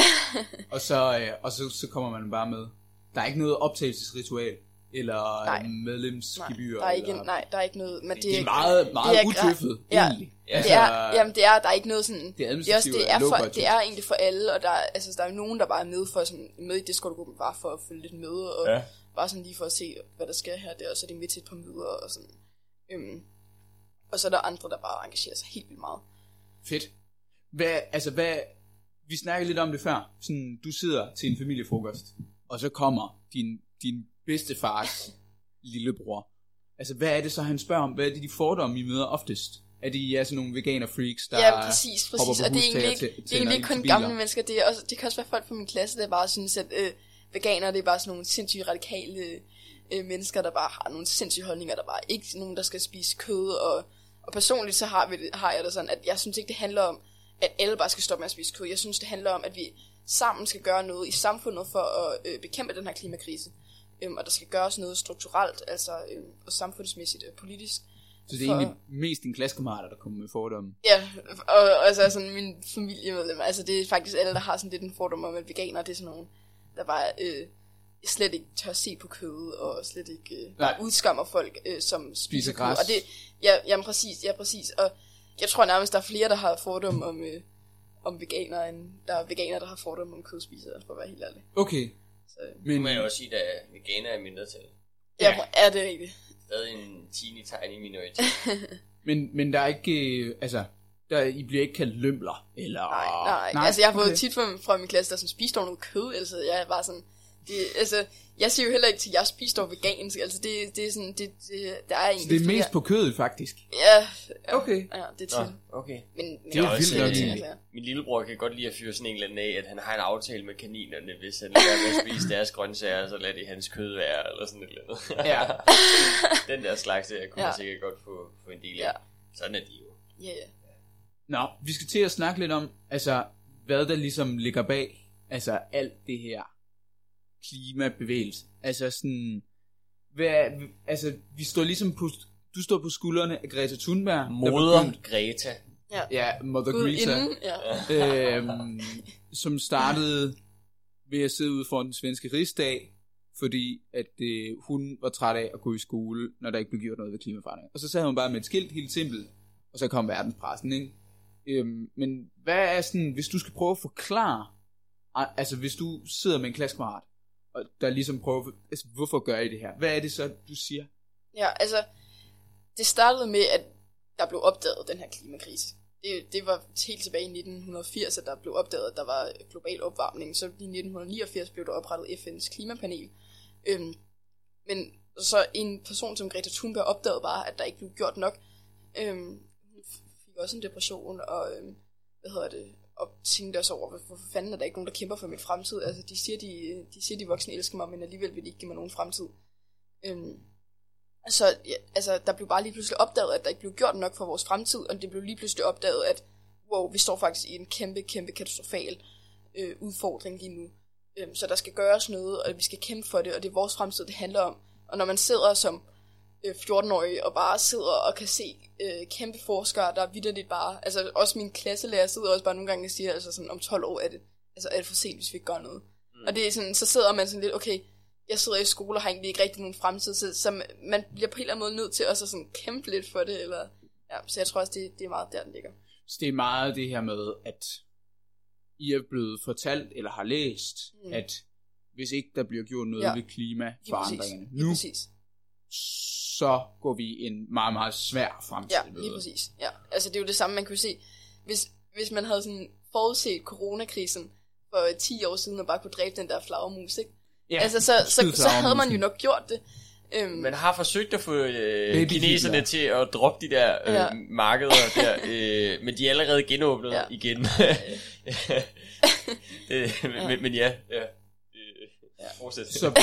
og så, øh, og så, så kommer man bare med. Der er ikke noget optagelsesritual, eller nej. medlemsgebyr? Nej, der er ikke, eller... nej, der er ikke noget. Men det, det er meget, meget utøffet, ja, egentlig. Ja, altså, det er, jamen det er, der er ikke noget sådan... Det er det er, også, det er, for, budget. det er egentlig for alle, og der er, altså, der er jo nogen, der bare er med, for, sådan, med i Discord-gruppen, bare for at følge lidt med, og ja. Bare sådan lige for at se, hvad der sker her og der, og så er de med til et par møder, og sådan. Øhm, og så er der andre, der bare engagerer sig helt vildt meget. Fedt. Hvad, altså hvad, vi snakkede lidt om det før, sådan, du sidder til en familiefrokost, og så kommer din, din bedstefars lillebror. Altså hvad er det så, han spørger om? Hvad er det, de fordomme, I møder oftest? Er de ja, sådan nogle veganer-freaks, der ja, præcis, præcis. hopper på og det er egentlig ikke, til, det er egentlig ikke kun gamle mennesker, det, er også, det kan også være folk fra min klasse, der bare synes, at øh, veganer, det er bare sådan nogle sindssygt radikale øh, mennesker, der bare har nogle sindssyge holdninger, der bare ikke nogen, der skal spise kød, og, og personligt så har, vi det, har jeg det sådan, at jeg synes ikke, det handler om, at alle bare skal stoppe med at spise kød. Jeg synes, det handler om, at vi sammen skal gøre noget i samfundet for at øh, bekæmpe den her klimakrise. Øhm, og der skal gøres noget strukturelt, altså øhm, og samfundsmæssigt og politisk. Så det er for, egentlig mest dine klassekammerater, der kommer med fordomme? Ja, og, og altså sådan min familiemedlemmer, altså det er faktisk alle, der har sådan lidt en fordom om, at veganer, det er sådan nogen, der bare øh, slet ikke tør se på kød, og slet ikke øh, bare udskammer folk, øh, som spiser, spiser kød. græs. Og det, ja, jamen præcis, ja præcis, og jeg tror nærmest, der er flere, der har fordom om, øh, om veganer, end der er veganer, der har fordom om kødspisere, for at være helt ærlig. Okay. Så, men må jeg også sige, at veganer er mindretal. Ja, ja, er det rigtigt. Stadig en teeny tiny minoritet. men, men der er ikke, øh, altså, der, I bliver ikke kaldt lømler, eller... Nej, nej, nej. Altså jeg har fået okay. tit fra, fra min klasse, der sådan spiste over noget kød, altså jeg var sådan, det, altså, jeg siger jo heller ikke til, at jeg spiser vegansk. Altså, det, det er sådan, det, det, der er egentlig Så det er flere. mest på kødet, faktisk? Ja. ja Okay. Ja, det er til. Nå, okay. Men, men det er også, vildt nok. øh, altså. Min lillebror kan godt lide at fyre sådan en eller anden af, at han har en aftale med kaninerne, hvis han lader med at spise deres grøntsager, så lader de hans kød være, eller sådan et eller andet. Ja. Den der slags, der kunne Ja. jeg sikkert godt få, få en del af. Ja. Sådan er de jo. Ja, ja. Nå, vi skal til at snakke lidt om, altså, hvad der ligesom ligger bag, altså, alt det her klimabevægelse. Altså sådan, hvad, altså, vi står ligesom på, du står på skuldrene af Greta Thunberg. Moder begyndte, Greta. Ja, ja, Mother Gud Greta, inden, ja. øhm, som startede ved at sidde ude foran den svenske rigsdag, fordi at øh, hun var træt af at gå i skole, når der ikke blev gjort noget ved klimaforandring. Og så sad hun bare med et skilt, helt simpelt, og så kom verdenspressen, ikke? Øhm, men hvad er sådan, hvis du skal prøve at forklare, altså hvis du sidder med en klassekammerat, og der ligesom prøver, altså hvorfor gør I det her? Hvad er det så, du siger? Ja, altså, det startede med, at der blev opdaget den her klimakrise. Det, det var helt tilbage i nitten firs, at der blev opdaget, at der var global opvarmning. Så i nitten niogfirs blev der oprettet F N's klimapanel. Øhm, men så en person som Greta Thunberg opdagede bare, at der ikke blev gjort nok. Øhm, hun fik også en depression, og øhm, hvad hedder det, og tænkte også over, hvorfor fanden er der ikke nogen, der kæmper for min fremtid. Altså, de siger, de, de siger, de voksne elsker mig, men alligevel vil de ikke give mig nogen fremtid. Øhm, Så ja, altså, der blev bare lige pludselig opdaget, at der ikke blev gjort nok for vores fremtid, og det blev lige pludselig opdaget, at wow, vi står faktisk i en kæmpe, kæmpe katastrofal øh, udfordring lige nu. Øhm, så der skal gøres noget, og vi skal kæmpe for det, og det er vores fremtid, det handler om. Og når man sidder som øh, fjorten-årig og bare sidder og kan se øh, kæmpe forskere, der er vitterligt bare, altså også min klasselærer sidder også bare nogle gange og siger, altså sådan om tolv år er det, altså er det for sent, hvis vi ikke gør noget. Mm. Og det er sådan, så sidder man sådan lidt, okay, jeg sidder i skole og har egentlig ikke rigtig nogen fremtid, så, så man bliver på en eller anden måde nødt til også at sådan kæmpe lidt for det, eller, ja, så jeg tror også, det, det er meget der, den ligger. Så det er meget det her med, at I er blevet fortalt, eller har læst, mm. at hvis ikke der bliver gjort noget ja. ved klimaforandringerne nu, præcis. så går vi i en meget, meget svær fremtid. Ja, lige præcis. Ja. Altså det er jo det samme, man kunne se, hvis, hvis man havde sådan forudset coronakrisen for ti år siden, og bare kunne dræbe den der flagermus, ikke? Ja, altså, så, så, så havde man jo nok gjort det. Um, man har forsøgt at få øh, kineserne til at droppe de der øh, ja. markeder der, øh, men de er allerede genåbnet ja. igen. det, men, ja. Men, men ja, ja. ja. Så,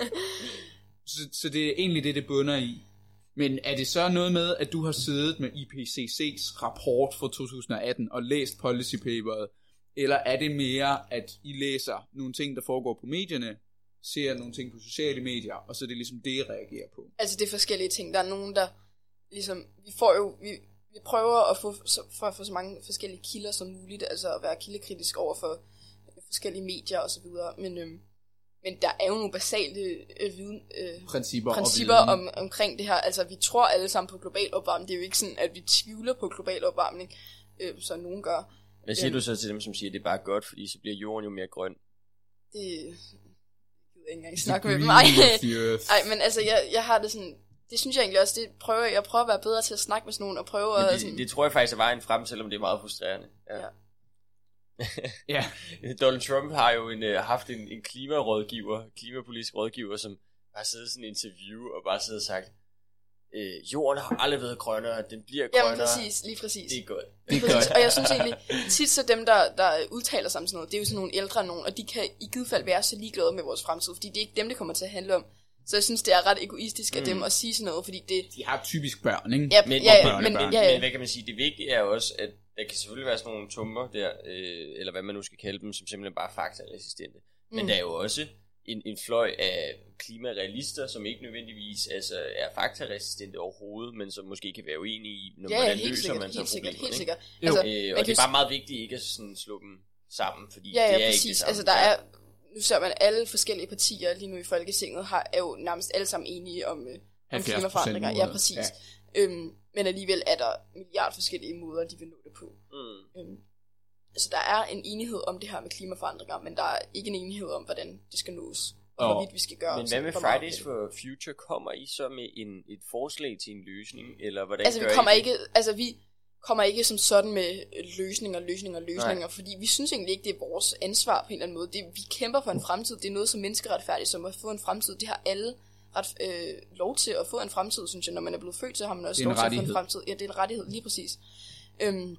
så, så det er egentlig det, det bunder i. Men er det så noget med, at du har siddet med I P C C's rapport fra to tusind atten og læst policy paperet, eller er det mere, at I læser nogle ting, der foregår på medierne, ser nogle ting på sociale medier, og så er det ligesom det, I reagerer på? Altså det er forskellige ting. Der er nogen, der ligesom, vi får jo, vi, vi prøver at få, så, for at få så mange forskellige kilder som muligt, altså at være kildekritisk over for forskellige medier og så videre, men, øhm, men der er jo nogle basale øh, viden, øh, principper, principper om, omkring det her. Altså vi tror alle sammen på global opvarmning. Det er jo ikke sådan, at vi tvivler på global opvarmning, øh, som nogen gør. Hvad siger øhm, du så til dem, som siger, at det er bare godt, fordi så bliver jorden jo mere grøn? Det jeg ikke engang snakke med dem. Ej, ej, men altså, jeg, jeg har det sådan, det synes jeg egentlig også, det prøver, jeg prøver at være bedre til at snakke med sådan nogen, og prøve det, at sådan... det tror jeg faktisk er vejen frem, selvom det er meget frustrerende. Ja. Ja. ja. Donald Trump har jo en, uh, haft en, en klimarådgiver, klimapolitisk rådgiver, som har siddet sådan en interview, og bare siddet og sagt, øh, jorden har aldrig været grønnere, den bliver grønnere. Jamen præcis, lige præcis. Det er godt. Det er godt. Og jeg synes egentlig, tit så dem, der, der udtaler sig om sådan noget, det er jo sådan nogle ældre nogen, og de kan i givet fald være så ligeglade med vores fremtid, fordi det er ikke dem, det kommer til at handle om. Så jeg synes, det er ret egoistisk af mm. dem at sige sådan noget, fordi det... De har typisk børn, ikke? Ja, men, ja, ja, børn, men, børn. Ja, ja. Men hvad kan man sige, det vigtige er også, at der kan selvfølgelig være sådan nogle tummer der, øh, eller hvad man nu skal kalde dem, som simpelthen bare er faktaresistente. Men mm. der er jo også en, en fløj af klimarealister, som ikke nødvendigvis altså, er faktaresistente overhovedet, men som måske kan være uenige i, når ja, hvordan løser sikkert, man så helt sikkert, problemerne. Helt sikkert, altså, øh, og det er bare meget vigtigt ikke at sådan slå dem sammen, fordi ja, ja, det er præcis. ikke det samme. Altså, der er, nu ser man, alle forskellige partier lige nu i Folketinget har, er jo nærmest alle sammen enige om, øh, om klimaforandringer. Ja, præcis. Ja. Øhm, men alligevel er der milliard forskellige måder, de vil nå det på. Mm. Øhm, altså, der er en enighed om det her med klimaforandringer, men der er ikke en enighed om, hvordan det skal nås. Og hvorvidt vi skal gøre. Men hvad med Fridays for Future? Kommer I så med en, et forslag til en løsning? Eller hvordan altså, gør vi kommer I ikke... Altså, vi, kommer ikke som sådan med løsninger, løsninger, løsninger, Nej. fordi vi synes egentlig ikke, det er vores ansvar på en eller anden måde. Det, vi kæmper for en fremtid, det er noget så menneskeretfærdigt, som at få en fremtid. Det har alle ret, øh, lov til at få en fremtid, synes jeg. Når man er blevet født, så har man også lov til at få en fremtid. Ja, det er en rettighed, lige præcis. Øhm,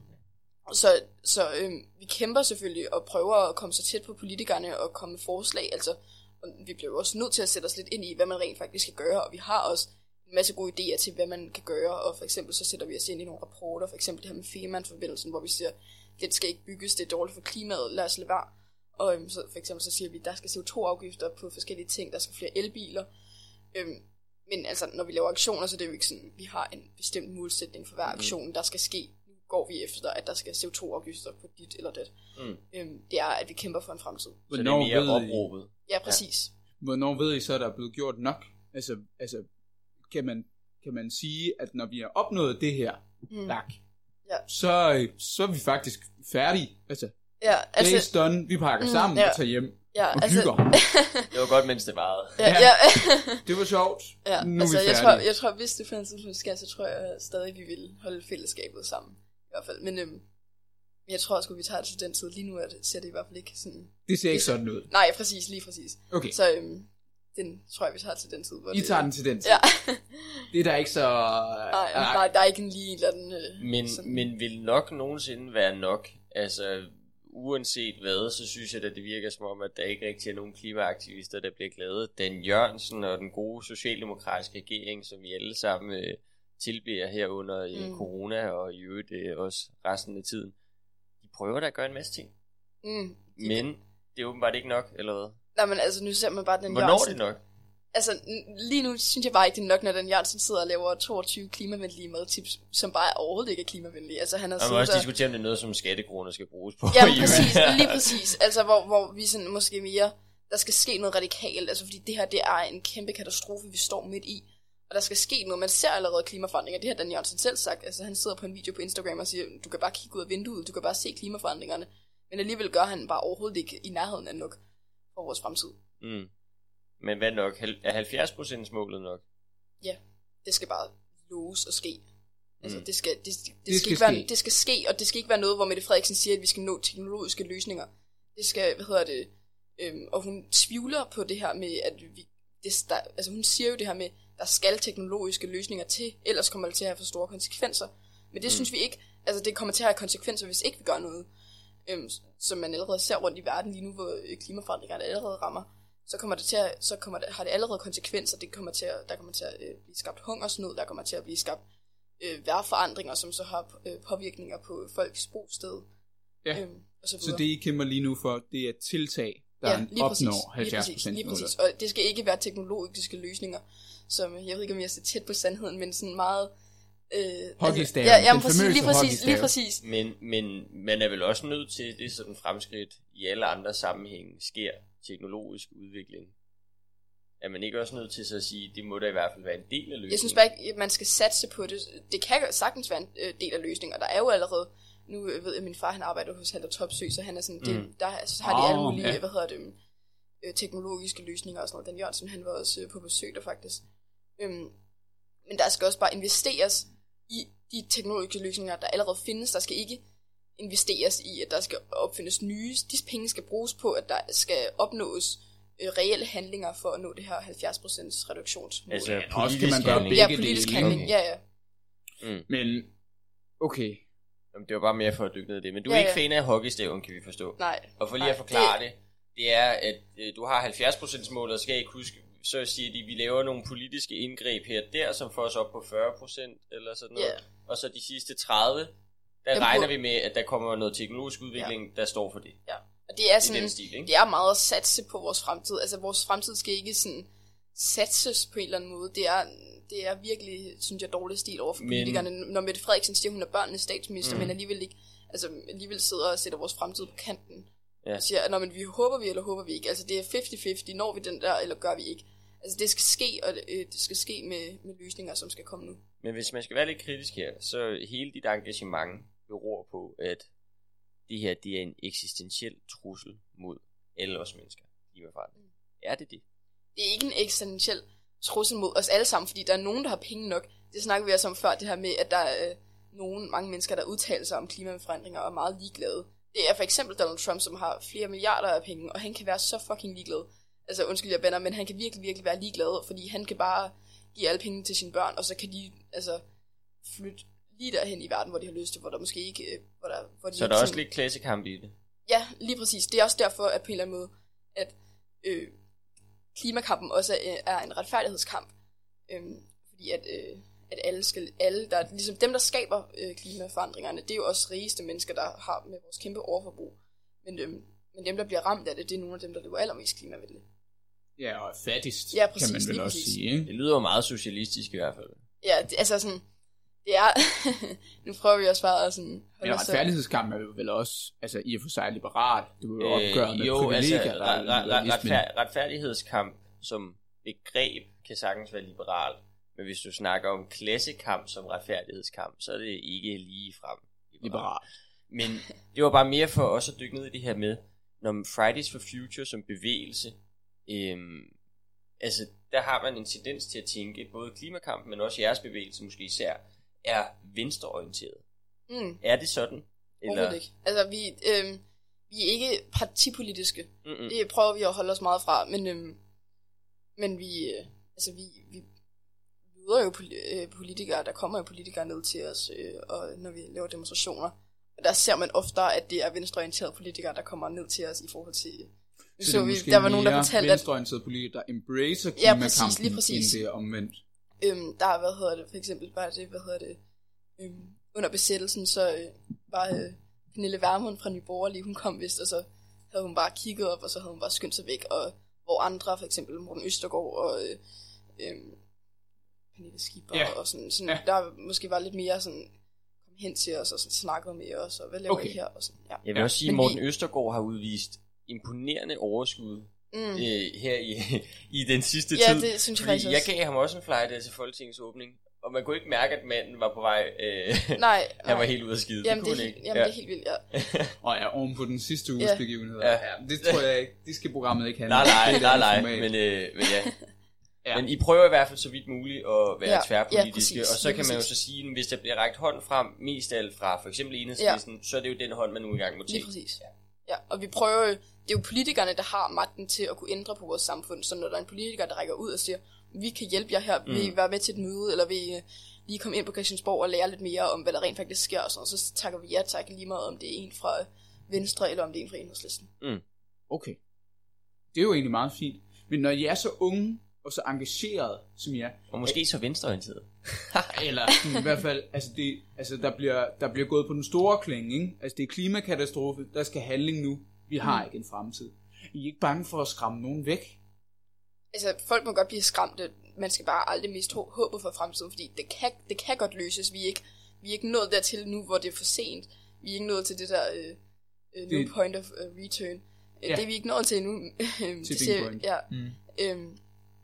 så så øhm, vi kæmper selvfølgelig og prøver at komme så tæt på politikerne og komme med forslag. Altså, og vi bliver jo også nødt til at sætte os lidt ind i, hvad man rent faktisk skal gøre, og vi har også en masse gode idéer til, hvad man kan gøre, og for eksempel så sætter vi os ind i nogle rapporter, for eksempel det her med Femern-forbindelsen, hvor vi siger, det skal ikke bygges, det er dårligt for klimaet, lad os lade være. Og øhm, så for eksempel så siger vi, der skal C O to afgifter på forskellige ting, der skal flere elbiler. Øhm, men altså, når vi laver aktioner, så er det jo ikke sådan, vi har en bestemt målsætning for hver aktion, der skal ske. Nu går vi efter, at der skal C O to afgifter på dit eller det. Mm. Øhm, det er, at vi kæmper for en fremtid. Så det er mere opråbet. Ja, præcis. Ja. Hvornår ved I så, at der er blevet gjort nok? Altså, altså kan, man, kan man sige, at når vi har opnået det her, mm. lak, ja. så, så er vi faktisk færdige. Altså, ja, altså day's done, vi pakker mm, sammen ja. og tager hjem. Ja, og altså, det var godt, mens det varede. Ja, ja. Det var sjovt. Ja, nu altså, er vi jeg tror, jeg tror, hvis det fandt tidspunkt skal, så tror jeg stadig, vi vil holde fællesskabet sammen. I hvert fald. Men øhm, jeg tror også, at vi tager det til den tid. Lige nu er det, ser det i hvert fald ikke sådan... Det ser ikke sådan ud. Nej, præcis, lige præcis. Okay. Så øhm, den tror jeg, vi tager til den tid. Hvor I det, tager den til den tid? Ja. Det er der ikke så... Nej, nej, der er ikke en lige eller den... Øh, men, men vil nok nogensinde være nok? Altså... Uanset hvad, så synes jeg, at det virker som om, at der ikke rigtig er nogen klimaaktivister, der bliver glade. Dan Jørgensen og den gode socialdemokratiske regering, som vi alle sammen øh, tilbeder her under øh, mm. corona, og i øvrigt øh, også resten af tiden, de prøver da at gøre en masse ting. Mm. Men det er åbenbart ikke nok, eller hvad? Nej, men altså, nu ser man bare Dan Hvornår Jørgensen. Hvornår er det nok? Altså, lige nu synes jeg bare ikke, det er nok, når Dan Jørgensen sidder og laver toogtyve klimavenlige madtips, som bare overhovedet ikke er klimavenlige. Altså, han har og man også der... diskutere, om det er noget, som skattekroner skal bruges på. Ja, præcis, lige præcis. Altså, hvor, hvor vi sådan måske mere, der skal ske noget radikalt, altså fordi det her, det er en kæmpe katastrofe, vi står midt i. Og der skal ske noget, man ser allerede klimaforandringer, det har Dan Jørgensen selv sagt. Altså, han sidder på en video på Instagram og siger, du kan bare kigge ud af vinduet, du kan bare se klimaforandringerne. Men alligevel gør han bare overhovedet ikke i nærheden af nok for vores fremtid. Mm. Men hvad nok? Er halvfjerds procent målet nok? Ja, det skal bare loves og ske. Altså, mm. det, skal, det, det, det, det, skal skal ikke være, det skal ske, og det skal ikke være noget, hvor Mette Frederiksen siger, at vi skal nå teknologiske løsninger. Det skal, hvad hedder det, øhm, og hun tvivler på det her med, at vi, det, der, altså hun siger jo det her med, der skal teknologiske løsninger til, ellers kommer det til at have for store konsekvenser. Men det mm. synes vi ikke, altså det kommer til at have konsekvenser, hvis ikke vi gør noget. Øhm, som man allerede ser rundt i verden lige nu, hvor klimaforandringerne allerede rammer. Så kommer det til at, så kommer det, har det allerede konsekvenser. Det kommer til at, der kommer til at øh, blive skabt hungersnød, der kommer til at blive skabt øh, vejrforandringer, som så har øh, påvirkninger på folks bosted. Ja, øhm, og så, så det I kæmper lige nu for, det er tiltag, der ja, opnår præcis, halvfjerds procent. Lige præcis, og det skal ikke være teknologiske løsninger, som, jeg ved ikke om jeg er så tæt på sandheden, men sådan meget... Øh, hockeystaven, altså, ja, den præcis, lige præcis, lige præcis. Men, men man er vel også nødt til, det sådan fremskridt i alle andre sammenhænge sker teknologisk udvikling. Er man ikke også nødt til så at sige, det må da i hvert fald være en del af løsningen? Jeg synes bare ikke, at man skal satse på det. Det kan sagtens være en del af løsningen, og der er jo allerede, nu ved jeg, at min far han arbejder hos Halder Topsø, så han er sådan, mm. det, der så har de oh, alle mulige, ja. hvad hedder det, teknologiske løsninger og sådan noget. Dan Jørgensen, han var også på besøg der faktisk. Øhm, men der skal også bare investeres i de teknologiske løsninger, der allerede findes. Der skal ikke investeres i, at der skal opfindes nye. Disse penge skal bruges på, at der skal opnås øh, reelle handlinger for at nå det her halvfjerds procent reduktionsmål. Altså ja, politisk man handling. Ja, politisk handling, okay. ja, ja. Mm. Men, okay. Jamen, det var bare mere for at dykke ned i det. Men du er ja, ikke ja. fan af hockeystaven, kan vi forstå. Nej. Og for lige nej, at forklare det... det, det er, at øh, du har halvfjerds procent målet, og skal jeg ikke huske, så siger de, at vi laver nogle politiske indgreb her der, som får os op på fyrre procent eller sådan noget. Yeah. Og så de sidste tredive, der Jamen, regner på... vi med, at der kommer noget teknologisk udvikling, ja. der står for det. Ja, og det er sådan, den stil, ikke? det er meget at satse på vores fremtid. Altså vores fremtid skal ikke sådan satses på en eller anden måde. Det er, det er virkelig, synes jeg, dårlig stil over for men... politikerne. Når Mette Frederiksen siger, hun er børnenes statsminister, mm. men alligevel ikke, altså alligevel sidder og sætter vores fremtid på kanten. Ja. Og siger, nå, men vi håber vi, eller håber vi ikke. Altså det er halvtreds halvtreds, når vi den der, eller gør vi ikke. Altså det skal ske, og øh, det skal ske med, med løsninger, som skal komme nu. Men hvis man skal være lidt kritisk her, så hele dit engagement beror på, at det her, det er en eksistentiel trussel mod alle os mennesker. Klimaforandring. Mm. Er det det? Det er ikke en eksistentiel trussel mod os alle sammen, fordi der er nogen, der har penge nok. Det snakker vi også om før, det her med, at der er nogen, mange mennesker, der udtaler sig om klimaforandringer og er meget ligeglade. Det er for eksempel Donald Trump, som har flere milliarder af penge, og han kan være så fucking ligeglad. Altså undskyld jeg banner, men han kan virkelig, virkelig være ligeglad, fordi han kan bare give alle penge til sine børn, og så kan de altså flytte lige derhen i verden, hvor de har lyst til, hvor der måske ikke... Hvor der, hvor de så der er også lidt klassekamp i det? Ja, lige præcis. Det er også derfor, at på en eller anden måde, at øh, klimakampen også er, er en retfærdighedskamp. Øhm, fordi at, øh, at alle skal... Alle, der, ligesom dem, der skaber øh, klimaforandringerne, det er jo også rigeste mennesker, der har med vores kæmpe overforbrug. Men, øh, men dem, der bliver ramt af det, det er nogle af dem, der lever allermest klimavenligt. Ja, og fattigst, ja, præcis, kan man vel også sige, ikke? Det lyder jo meget socialistisk i hvert fald. Ja, det, altså sådan... Det er... nu prøver vi også bare at sådan... Men retfærdighedskamp er jo vel også, altså i og for sig liberalt. Det er jo opgøret med øh, jo, privilegier. Altså, ret, retfærd, retfærdighedskamp som begreb kan sagtens være liberalt. Men hvis du snakker om klassekamp som retfærdighedskamp, så er det ikke lige frem liberalt. liberalt. Men det var bare mere for os at dykke ned i det her med, når Fridays for Future som bevægelse, øhm, altså der har man en tendens til at tænke, både klimakampen, men også jeres bevægelse måske især, er venstreorienteret. Mm. Er det sådan? Eller? Ikke. Altså vi, øhm, vi er ikke partipolitiske. Mm-mm. Det prøver vi at holde os meget fra, men, øhm, men vi, øh, altså vi, vi møder jo politikere, der kommer jo politikere ned til os, øh, og når vi laver demonstrationer. Og der ser man ofte, at det er venstreorienterede politikere, der kommer ned til os i forhold til... Så, så vi, der var nogen, der fortalte, at... venstreorienterede politikere, der embracer klimakampen, ja, præcis, lige præcis. End det er omvendt. Øhm, der, hvad hedder det, for eksempel bare det, hvad hedder det, øhm, under besættelsen, så øh, var øh, Pernille Vermund fra Nye Borgerlige, hun kom vist, og så havde hun bare kigget op, og så havde hun bare skyndt sig væk, og hvor andre, for eksempel Morten Østergaard og øh, øh, Pernille Skipper, ja. og sådan, sådan ja. Der måske var lidt mere sådan, kom hen til os, og sådan, snakkede med os, og hvad laver okay. I her, og sådan, ja. Jeg vil også sige, at Morten vi... Østergaard har udvist imponerende overskud mm. øh, her i, i den sidste ja, tid. Det synes jeg fordi jeg gav ham også en flyer til Folketingets åbning, og man kunne ikke mærke, at manden var på vej. Øh, nej, han nej. var helt ude af skide. Jamen, det, det, ikke. Jamen, ja. det er helt vildt, ja. Og ja, oven på den sidste uges ja. begivenhed. Ja. Ja, det tror jeg ikke, det skal programmet ikke have. Nej, nej, nej, nej, men, øh, men ja. ja. Men I prøver i hvert fald så vidt muligt at være ja. tværpolitiske, ja, og så kan man jo så sige, hvis der bliver rækt hånd frem, mest af alt fra for eksempel Enhedslisten, ja. så er det jo den hånd, man nu engang må tage. Lige præcis. Ja. Ja, og vi prøver jo, det er jo politikerne, der har magten til at kunne ændre på vores samfund, så når der er en politiker, der rækker ud og siger, vi kan hjælpe jer her, vil I være med til et møde, eller vil I lige komme ind på Christiansborg og lære lidt mere om, hvad der rent faktisk sker, og sådan, så takker vi ja tak lige meget, om det er en fra Venstre, eller om det er en fra Enhedslisten. Mm. Okay. Det er jo egentlig meget fint. Men når I er så unge, og så engageret, som I er... Og måske så venstreorienteret. eller i hvert fald, altså, det, altså der, bliver, der bliver gået på den store klinge, ikke? Altså det er klimakatastrofe, der skal handling nu. Vi har mm. ikke en fremtid. I er ikke bange for at skræmme nogen væk? Altså, folk må godt blive skræmte. Man skal bare aldrig miste håbet for fremtiden, fordi det kan, det kan godt løses. Vi er, ikke, vi er ikke nået dertil nu, hvor det er for sent. Vi er ikke nået til det der uh, uh, no point of uh, return. Ja. Det er vi ikke nået til endnu. Tipping point. Ja. Mm. Øhm,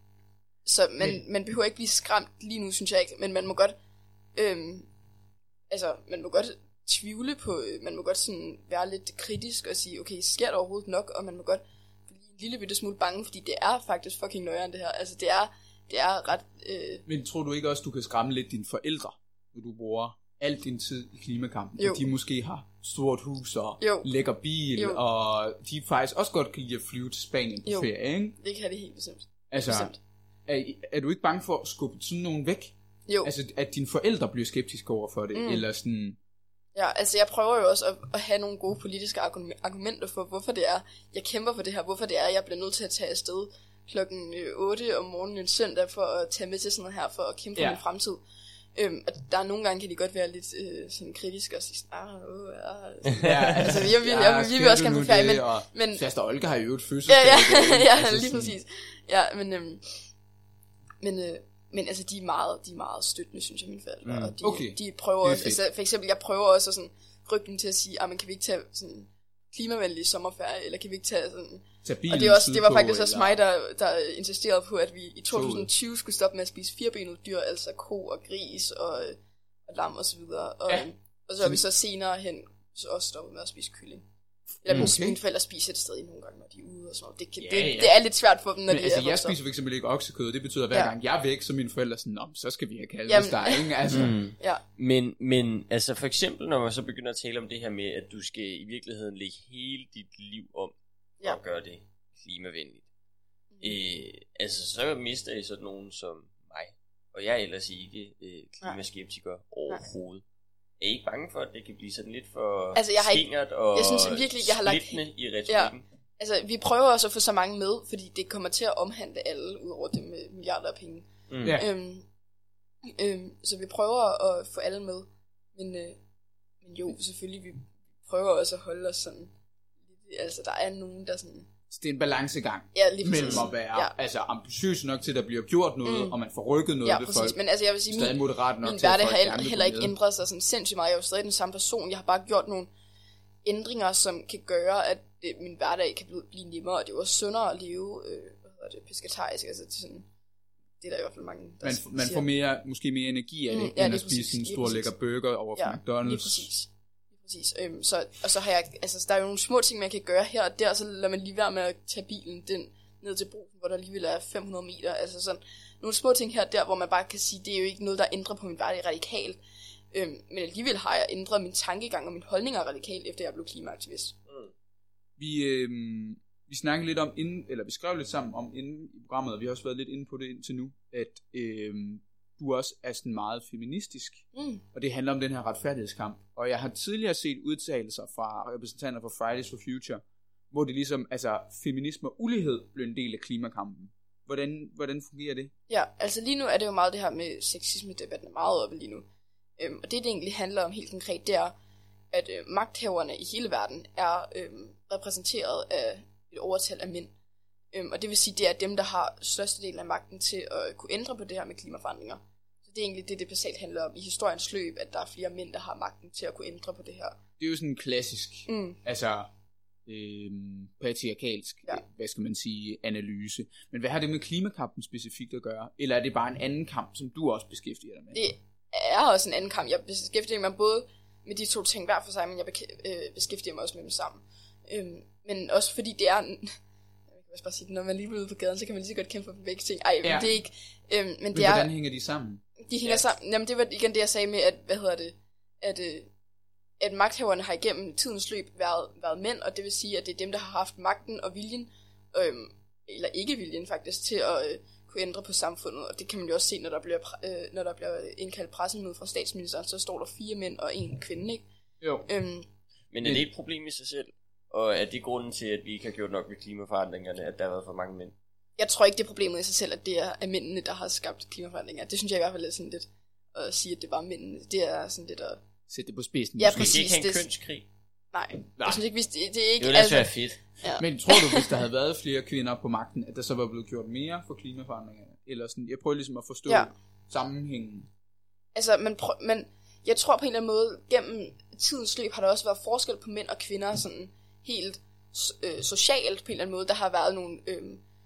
så man, Men. man behøver ikke blive skræmt lige nu, synes jeg ikke. Men man må godt, øhm, altså, man må godt tvivle på, man må godt sådan være lidt kritisk og sige, okay, sker der overhovedet nok? Og man må godt blive en lille bitte smule bange, fordi det er faktisk fucking nøjeren det her. Altså, det er, det er ret... Øh... Men tror du ikke også, du kan skræmme lidt dine forældre, når du bruger al din tid i klimakampen? Jo. De måske har stort hus og jo. lækker bil, jo. Og de faktisk også godt kan lide at flyve til Spanien på jo. ferie, ikke? Det kan det helt bestemt. Altså, bestemt. Er, er du ikke bange for at skubbe sådan nogen væk? Jo. Altså, at dine forældre bliver skeptiske over for det, mm. eller sådan... Ja, altså jeg prøver jo også at, at have nogle gode politiske argumenter for, hvorfor det er, jeg kæmper for det her, hvorfor det er, jeg bliver nødt til at tage afsted klokken otte om morgenen en søndag for at tage med til sådan noget her, for at kæmpe for ja. min fremtid. Øhm, og der er nogle gange, kan de godt være lidt øh, sådan kritiske og sige sådan, ah, åh, ja, sådan. ja, altså vi, vi, ja, vi, vi vil også gerne få ferie, men... men Faster Olga har jo et fødselsdag. Ja, ja, ja, altså, lige præcis. Ja, men, øhm, men, øh, men altså, de er meget, de er meget støttende, synes jeg, mine forældre. Mm. Og de, okay. de prøver også, altså, for eksempel, jeg prøver også at sådan, rykke dem til at sige, ah, men kan vi ikke tage sådan klimavenlig sommerferie, eller kan vi ikke tage sådan... Tage og det, er også, det var faktisk også mig, der, der insisterede på, at vi i to tusind tyve skulle stoppe med at spise firbenede dyr, altså ko og gris og, og lam og så videre. Og, ja. og så har vi så senere hen så også stoppet med at spise kylling. Eller okay. Mine forældre spiser det stadig nogle gange, når de er ude og sådan noget. Det, kan, ja, det, ja. det er lidt svært for dem, når men, de altså, er jeg spiser for eksempel ikke oksekød. Det betyder, at hver ja. gang jeg er væk, så mine forældre sådan, om så skal vi have kalvesteg, ikke? Altså. Mm. Ja. Men, men altså for eksempel, når man så begynder at tale om det her med, at du skal i virkeligheden lægge hele dit liv om ja. at gøre det klimavenligt. Mm. Øh, altså så mister I sådan nogen som mig. Og jeg er ellers ikke øh, klimaskeptiker overhovedet. Er I ikke bange for, at det kan blive sådan lidt for altså, skingert og jeg synes virkelig, jeg har lagt, i retorikken? Ja. Altså, vi prøver også at få så mange med, fordi det kommer til at omhandle alle, udover det med milliarder af penge. Mm. Ja. Øhm, øhm, så vi prøver at få alle med. Men, øh, men jo, selvfølgelig, vi prøver også at holde os sådan. Altså, der er nogen, der sådan... Så det er en balancegang ja, lige mellem at være ja. altså, ambitiøs nok til, at der bliver gjort noget, mm. og man får rykket noget ja, ved præcis. folk. Men altså, jeg vil sige, min, moderat nok min hverdag har heller, heller ikke ændret sig sådan sindssygt meget. Jeg er jo stadig den samme person. Jeg har bare gjort nogle ændringer, som kan gøre, at det, min hverdag kan blive, blive nemmere, og det er også sundere at leve, øh, hvad hedder det, pescetarisk. Altså, det, sådan, det er der i hvert fald mange, der Man, man får mere, måske mere energi af det, mm, ja, end at spise en stor lækker burger over fra ja, McDonald's. Lige præcis. Præcis. Øhm, så, og så har jeg, altså der er jo nogle små ting, man kan gøre her og der, så lader man lige være med at tage bilen den ned til Brugsen, hvor der alligevel er fem hundrede meter, altså sådan nogle små ting her og der, hvor man bare kan sige, det er jo ikke noget, der ændrer på min hverdag radikalt, øhm, men alligevel har jeg ændret min tankegang og min holdninger radikalt, efter jeg blev klimaaktivist. Mm. Vi, øh, vi snakkede lidt om, inden, eller vi skrev lidt sammen om inden i programmet, og vi har også været lidt inde på det indtil nu, at øh, du også er sådan meget feministisk, mm. og det handler om den her retfærdighedskamp. Og jeg har tidligere set udtalelser fra repræsentanter for Fridays for Future, hvor det ligesom, altså feminisme og ulighed blev en del af klimakampen. Hvordan, hvordan fungerer det? Ja, altså lige nu er det jo meget det her med sexisme-debatten er meget oppe lige nu. Øhm, og det, det egentlig handler om helt konkret, det er, at øh, magthaverne i hele verden er øh, repræsenteret af et overtal af mænd. Øhm, og det vil sige, det er dem, der har størstedelen af magten til at kunne ændre på det her med klimaforandringer. Det er egentlig det, det basalt handler om i historiens løb, at der er flere mænd, der har magten til at kunne ændre på det her. Det er jo sådan en klassisk, mm. altså øh, patriarkalsk, ja. hvad skal man sige, analyse. Men hvad har det med klimakampen specifikt at gøre? Eller er det bare en anden kamp, som du også beskæftiger dig med? Det er også en anden kamp. Jeg beskæftiger mig både med de to ting hver for sig, men jeg beskæftiger mig også med dem sammen. Øhm, men også fordi det er... Jeg vil bare sige, når man lige bliver ude på gaden, så kan man lige så godt kæmpe for begge ting. Ej, men ja. det er ikke... Øhm, men, men det hvordan er, hænger de sammen? De hænger ja. sammen... Jamen, det var igen det, jeg sagde med, at, hvad hedder det, at, øh, at magthaverne har igennem tidens løb været, været mænd, og det vil sige, at det er dem, der har haft magten og viljen, øh, eller ikke viljen faktisk, til at øh, kunne ændre på samfundet. Og det kan man jo også se, når der bliver, øh, når der bliver indkaldt pressemøde fra statsministeren, så står der fire mænd og en kvinde, ikke? Jo. Øhm, men er det et problem i sig selv? Og er det grunden til, at vi ikke har gjort nok ved klimaforandringerne, at der har været for mange mænd? Jeg tror ikke, det er problemet i sig selv, at det er, er mændene, der har skabt klimaforandringer. Det synes jeg i hvert fald er sådan lidt at sige, at det var mændene. Det er sådan lidt at... Sætte det på spidsen. Ja, præcis. præcis. Det ikke have en kønskrig? Nej. Nej. Jeg synes ikke, hvis det, det er ikke... Det ville altså være fedt. Ja. Men tror du, hvis der havde været flere kvinder på magten, at der så var blevet gjort mere for klimaforandringerne? Eller sådan, jeg prøver ligesom at forstå ja. sammenhængen. Altså, man prøv, men jeg tror på en eller anden måde, gennem tidens løb har der også været forskel på mænd og kvinder, sådan helt øh, socialt på en eller anden måde. Der har været nogle, øh,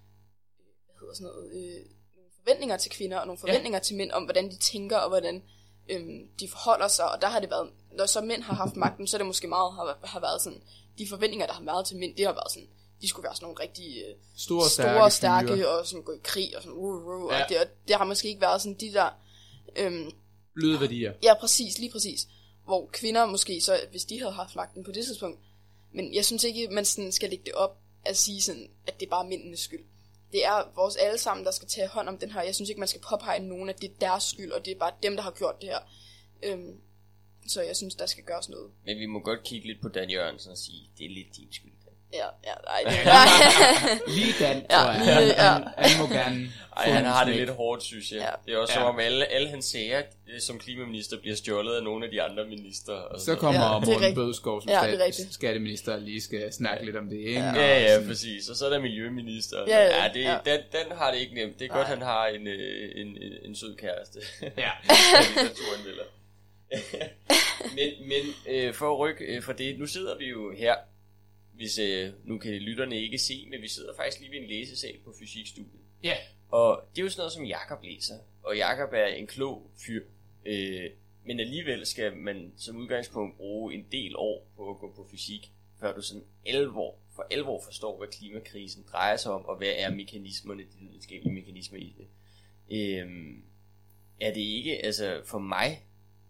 hvad hedder sådan noget, øh, nogle forventninger til kvinder, og nogle forventninger ja. til mænd, om hvordan de tænker, og hvordan øh, de forholder sig, og der har det været, når så mænd har haft magten, så er det måske meget, har, har været sådan, de forventninger, der har været til mænd, det har været sådan, de skulle være sådan nogle rigtig øh, store, store og stærke, stærke og sådan gå i krig, og sådan, uh, uh, ja. og det, og det har måske ikke været sådan de der... Øh, bløde værdier. Ja, præcis, lige præcis. Hvor kvinder måske, så hvis de havde haft magten på det tidspunkt. Men jeg synes ikke, man sådan skal lægge det op at sige sådan, at det er bare mændenes skyld. Det er vores allesammen, der skal tage hånd om den her. Jeg synes ikke, man skal påpege nogen, at det er deres skyld, og det er bare dem, der har gjort det her. Øhm, så jeg synes, der skal gøres noget. Men vi må godt kigge lidt på Dan Jørgensen og sige, det er lidt din skyld. Ja, ja, nej, det er lige Dan, ja, tror jeg. Lige, ja. Han, han må gerne... Ej, han har det lidt hårdt, synes jeg. Ja. Det er også ja. som om alle, alle hans sager som klimaminister bliver stjålet af nogle af de andre minister. Så kommer ja, Morten Bødskov som ja, stat, skatteminister lige skal snakke lidt om det, ikke? Ja, ja, ja, præcis. Og så er der miljøminister. Ja, ja, ja, det, ja. Den, den har det ikke nemt. Det er Nej. godt, han har en, en, en, en sød kæreste. Ja. men men øh, for at rykke øh, fra det, nu sidder vi jo her. Hvis, øh, nu kan lytterne ikke se, men vi sidder faktisk lige ved en læsesal på fysikstudiet. Ja. Og det er jo sådan noget, som Jakob læser. Og Jakob er en klog fyr. Øh, men alligevel skal man som udgangspunkt bruge en del år på at gå på fysik. før du sådan alvor, for alvor forstår, hvad klimakrisen drejer sig om, og hvad er mekanismerne, de videnskabelige mekanismer i det. Øhm, er det ikke, altså for mig,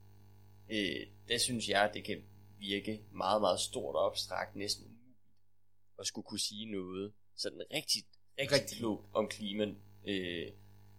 øh, der synes jeg, det kan virke meget, meget stort og abstrakt, næsten umuligt, at skulle kunne sige noget sådan rigtig, rigtig, rigtig klogt om klimaet, øh,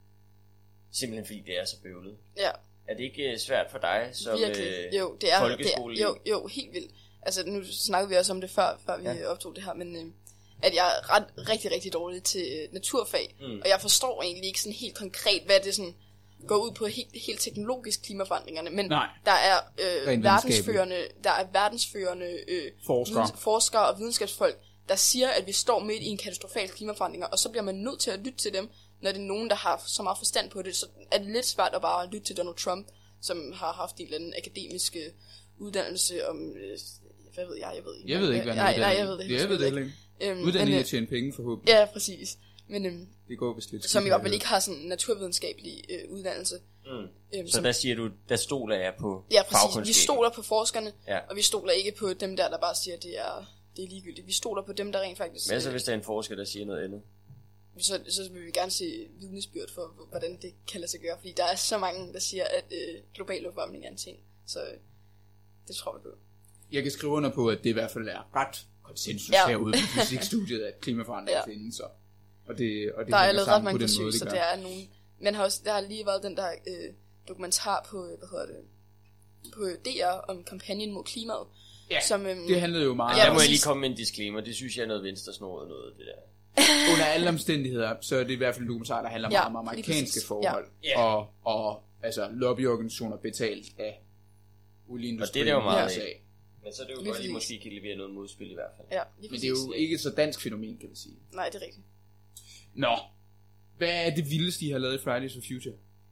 simpelthen fordi det er så bøvlet. Ja. Er det ikke svært for dig som Virkelig. Øh, jo, det er, folkeskole? Det er, jo, jo, helt vildt. Altså, nu snakkede vi også om det før, før vi ja. optog det her, men øh, at jeg er ret, rigtig, rigtig dårlig til øh, naturfag, mm. og jeg forstår egentlig ikke sådan helt konkret, hvad det sådan går ud på helt, helt teknologisk klimaforandringerne, men Nej. der er øh, verdensførende, der er verdensførende øh, forskere. Videns, forskere og videnskabsfolk, der siger, at vi står midt i en katastrofal klimaforandring, og så bliver man nødt til at lytte til dem, når det er nogen, der har så meget forstand på det, så er det lidt svært at bare lytte til Donald Trump, som har haft en eller anden akademisk uddannelse om, øh, hvad ved jeg, jeg ved ikke. Jeg ved ikke, hvad nej, nej, jeg ved det. Jeg ved det ikke. Øhm, Uddannet i at tjene penge forhåbentlig. Ja, præcis. Men, øhm, det går vist lidt. Som i hvert fald ikke har sådan en naturvidenskabelig øh, uddannelse. Mm. Øhm, så som, der siger du, der stoler jeg på ja, præcis. Vi stoler på forskerne, ja. Og vi stoler ikke på dem der, der bare siger, at det er, det er ligegyldigt. Vi stoler på dem, der rent faktisk... Men så hvis der er en forsker, der siger noget andet? Så, så vil vi gerne se vidnesbyrd for, hvordan det kan lade sig gøre. Fordi der er så mange, der siger, at øh, global opvarmning er en ting. Så øh, det tror vi på. Jeg kan skrive under på, at det i hvert fald er ret konsensus ja. herude på fysikstudiet, at klimaforandring ja. findes. Og, og det, og det der er allerede ret mange forsøg, så det er nogen... Men har også, der har lige været den der øh, dokumentar på, hvad hedder det, på D R om kampagnen mod klimaet. Ja, som, øhm, det handlede jo meget... Ja, der må jeg lige komme med en disclaimer. Det synes jeg er noget venstresnoret noget, det der. Under alle omstændigheder, så er det i hvert fald en dokumentar, der handler ja, meget om amerikanske forhold. Ja. Og, og altså lobbyorganisationer betalt af olieindustrien. Og det er jo meget ja. af. Men så er det jo lige godt, at de måske kan levere noget modspil i hvert fald. Ja, men det er jo ikke et så dansk fænomen, kan man sige. Nej, det er rigtigt. Nå, hvad er det vildeste, I har lavet i Fridays for Future?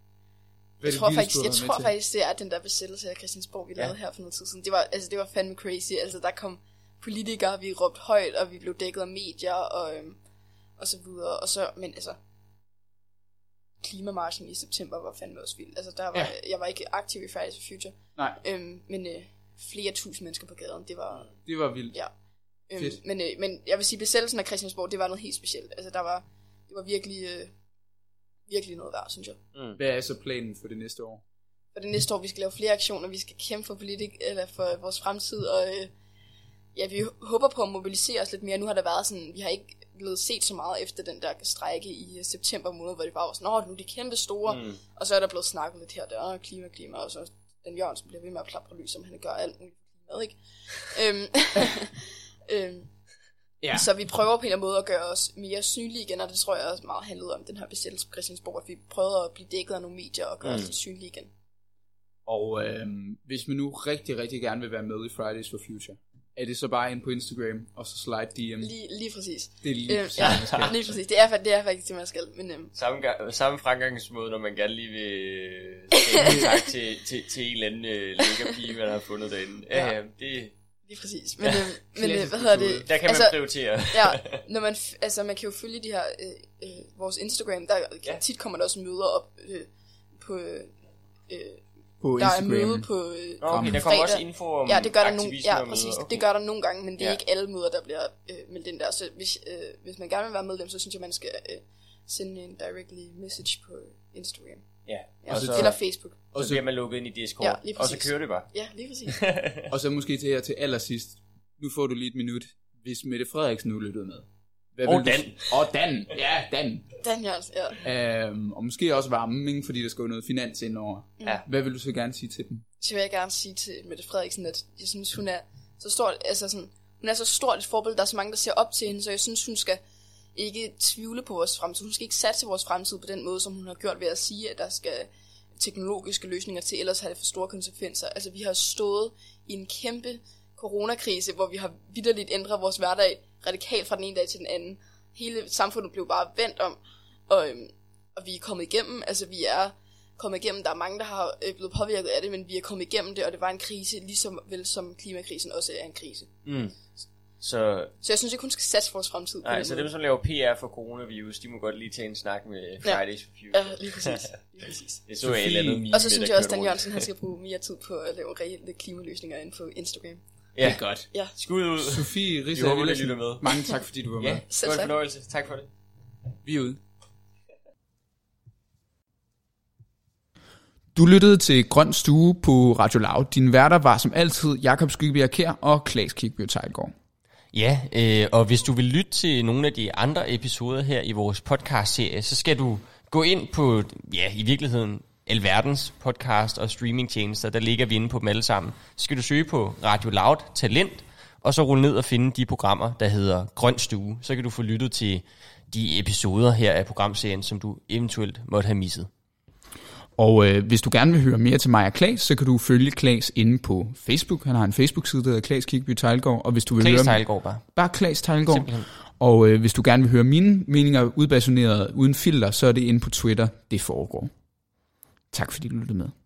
Hvad jeg tror, faktisk, jeg tror faktisk, det er den der besættelse af Christiansborg, vi ja. lavede her for noget tid siden. Det var, altså, det var fandme crazy. Altså, der kom politikere, vi råbte højt, og vi blev dækket af medier, og, øhm, og så videre. Og så, men altså, klimamarchen i september var fandme også vild. Altså, der var, ja. jeg var ikke aktiv i Fridays for Future. Nej. Øhm, men øh, flere tusind mennesker på gaden, det var... Det var vildt. Ja. Øhm, men, øh, men jeg vil sige, besættelsen af Christiansborg, det var noget helt specielt. Altså, der var, det var virkelig... Øh, virkelig noget værd, synes jeg. Mm. Hvad er så planen for det næste år? For det næste år, vi skal lave flere aktioner, vi skal kæmpe for politik, eller for vores fremtid, og øh, ja, vi håber på at mobilisere os lidt mere. Nu har der været sådan, vi har ikke blevet set så meget efter den der strejke i september måned, hvor det bare var sådan, åh, nu er de kæmpe store, mm. og så er der blevet snakket lidt her og der, klima, klima, og så Dan Jørgensen bliver ved med at klapre lys, som han gør alt muligt for klimaet, ikke? øhm, øhm, Ja. Så vi prøver på en eller anden måde at gøre os mere synlige igen, og det tror jeg også meget handlede om den her besættelse på Christiansborg, at vi prøver at blive dækket af nogle medier og gøre mm. os lidt synlige igen. Og øh, hvis man nu rigtig, rigtig gerne vil være med i Fridays for Future, er det så bare ind på Instagram, og så slide D M? Lige, lige præcis. Det er lige, øhm, ja, ja, lige præcis. Det er, det er faktisk det, man skal. Men, øhm. samme, samme fremgangsmåde, når man gerne lige vil sige tak til, til, til en eller anden uh, lækker pige, man har fundet derinde. Ja, ja det... Lige præcis. Men, øh, men øh, hvad hedder det? Der kan man altså, prioritere. Ja, når man, altså man kan jo følge de her, øh, øh, vores Instagram, der ja. tit kommer der også møder op øh, på, øh, på der Instagram. er møde på øh, okay, der kommer også info om ja, det gør der aktivisme nogle, ja, og præcis, møder. Okay. Det gør der nogle gange, men det er ja. ikke alle møder, der bliver øh, meldt ind der. Så hvis, øh, hvis man gerne vil være medlem, så synes jeg, man skal øh, sende en directly message på Instagram. Ja, ja og så, eller Facebook. Og så bliver man lukket ind i Discord, ja, og så kører det bare. Ja, lige præcis. Og så måske til her til allersidst. Nu får du lige et minut. Hvis Mette Frederiksen nu lyttede med. Hvad og Dan. Du... Og Dan. Ja, Dan. Dan Jørgens, ja. Øhm, og måske også varme, fordi der skal jo noget finans indover. Ja. Hvad vil du så gerne sige til dem? Så vil jeg gerne sige til Mette Frederiksen, at jeg synes, hun er så stort, altså sådan, hun er så stort et forbillede. Der er så mange, der ser op til hende, så jeg synes, hun skal ikke tvivle på vores fremtid. Hun skal ikke satse vores fremtid på den måde, som hun har gjort ved at sige, at der skal teknologiske løsninger til, ellers har det for store konsekvenser. Altså, vi har stået i en kæmpe coronakrise, hvor vi har vitterligt ændret vores hverdag radikalt fra den ene dag til den anden. Hele samfundet blev bare vendt om, og, øhm, og vi er kommet igennem. Altså, vi er kommet igennem. Der er mange, der har øh, blevet påvirket af det, men vi er kommet igennem det, og det var en krise, ligesom vel som klimakrisen også er en krise. Mm. Så, så jeg synes ikke, hun skal satse vores fremtid. Nej, så dem, som laver P R for coronavirus, de må godt lige tage en snak med Fridays for Future. Ja, lige præcis. Lige præcis. Det så jeg et eller andet meme. Og så synes jeg også, at Dan Jørgensen han skal bruge mere tid på at lave reelle klimaløsninger ind på Instagram. Ja. Det er godt. Ja. Skud ud. Sofie Riisager, med. Mange tak, fordi du var med. Ja, det var en fornøjelse. Tak for det. Vi er ude. Du lyttede til Grøn Stue på Radio Loud. Dine værter var som altid Jakob Skyggebjerg Kjær og Claes Kirkby Teilgaard. Ja, øh, og hvis du vil lytte til nogle af de andre episoder her i vores podcast-serie, så skal du gå ind på, ja, i virkeligheden, alverdens podcast og streamingtjenester. Der ligger vi inde på dem alle sammen. Så skal du søge på Radio Loud Talent, og så rulle ned og finde de programmer, der hedder Grøn Stue. Så kan du få lyttet til de episoder her af programserien, som du eventuelt måtte have misset. Og øh, hvis du gerne vil høre mere til mig og Claes, så kan du følge Claes inde på Facebook. Han har en Facebook-side, der hedder Claes Kirkby Teilgaard. Og hvis du vil Claes høre Teilgaard bare. Bare Claes Teilgaard. Simpelthen. Og øh, hvis du gerne vil høre mine meninger udbasuneret uden filter, så er det inde på Twitter, det foregår. Tak fordi du lyttede med.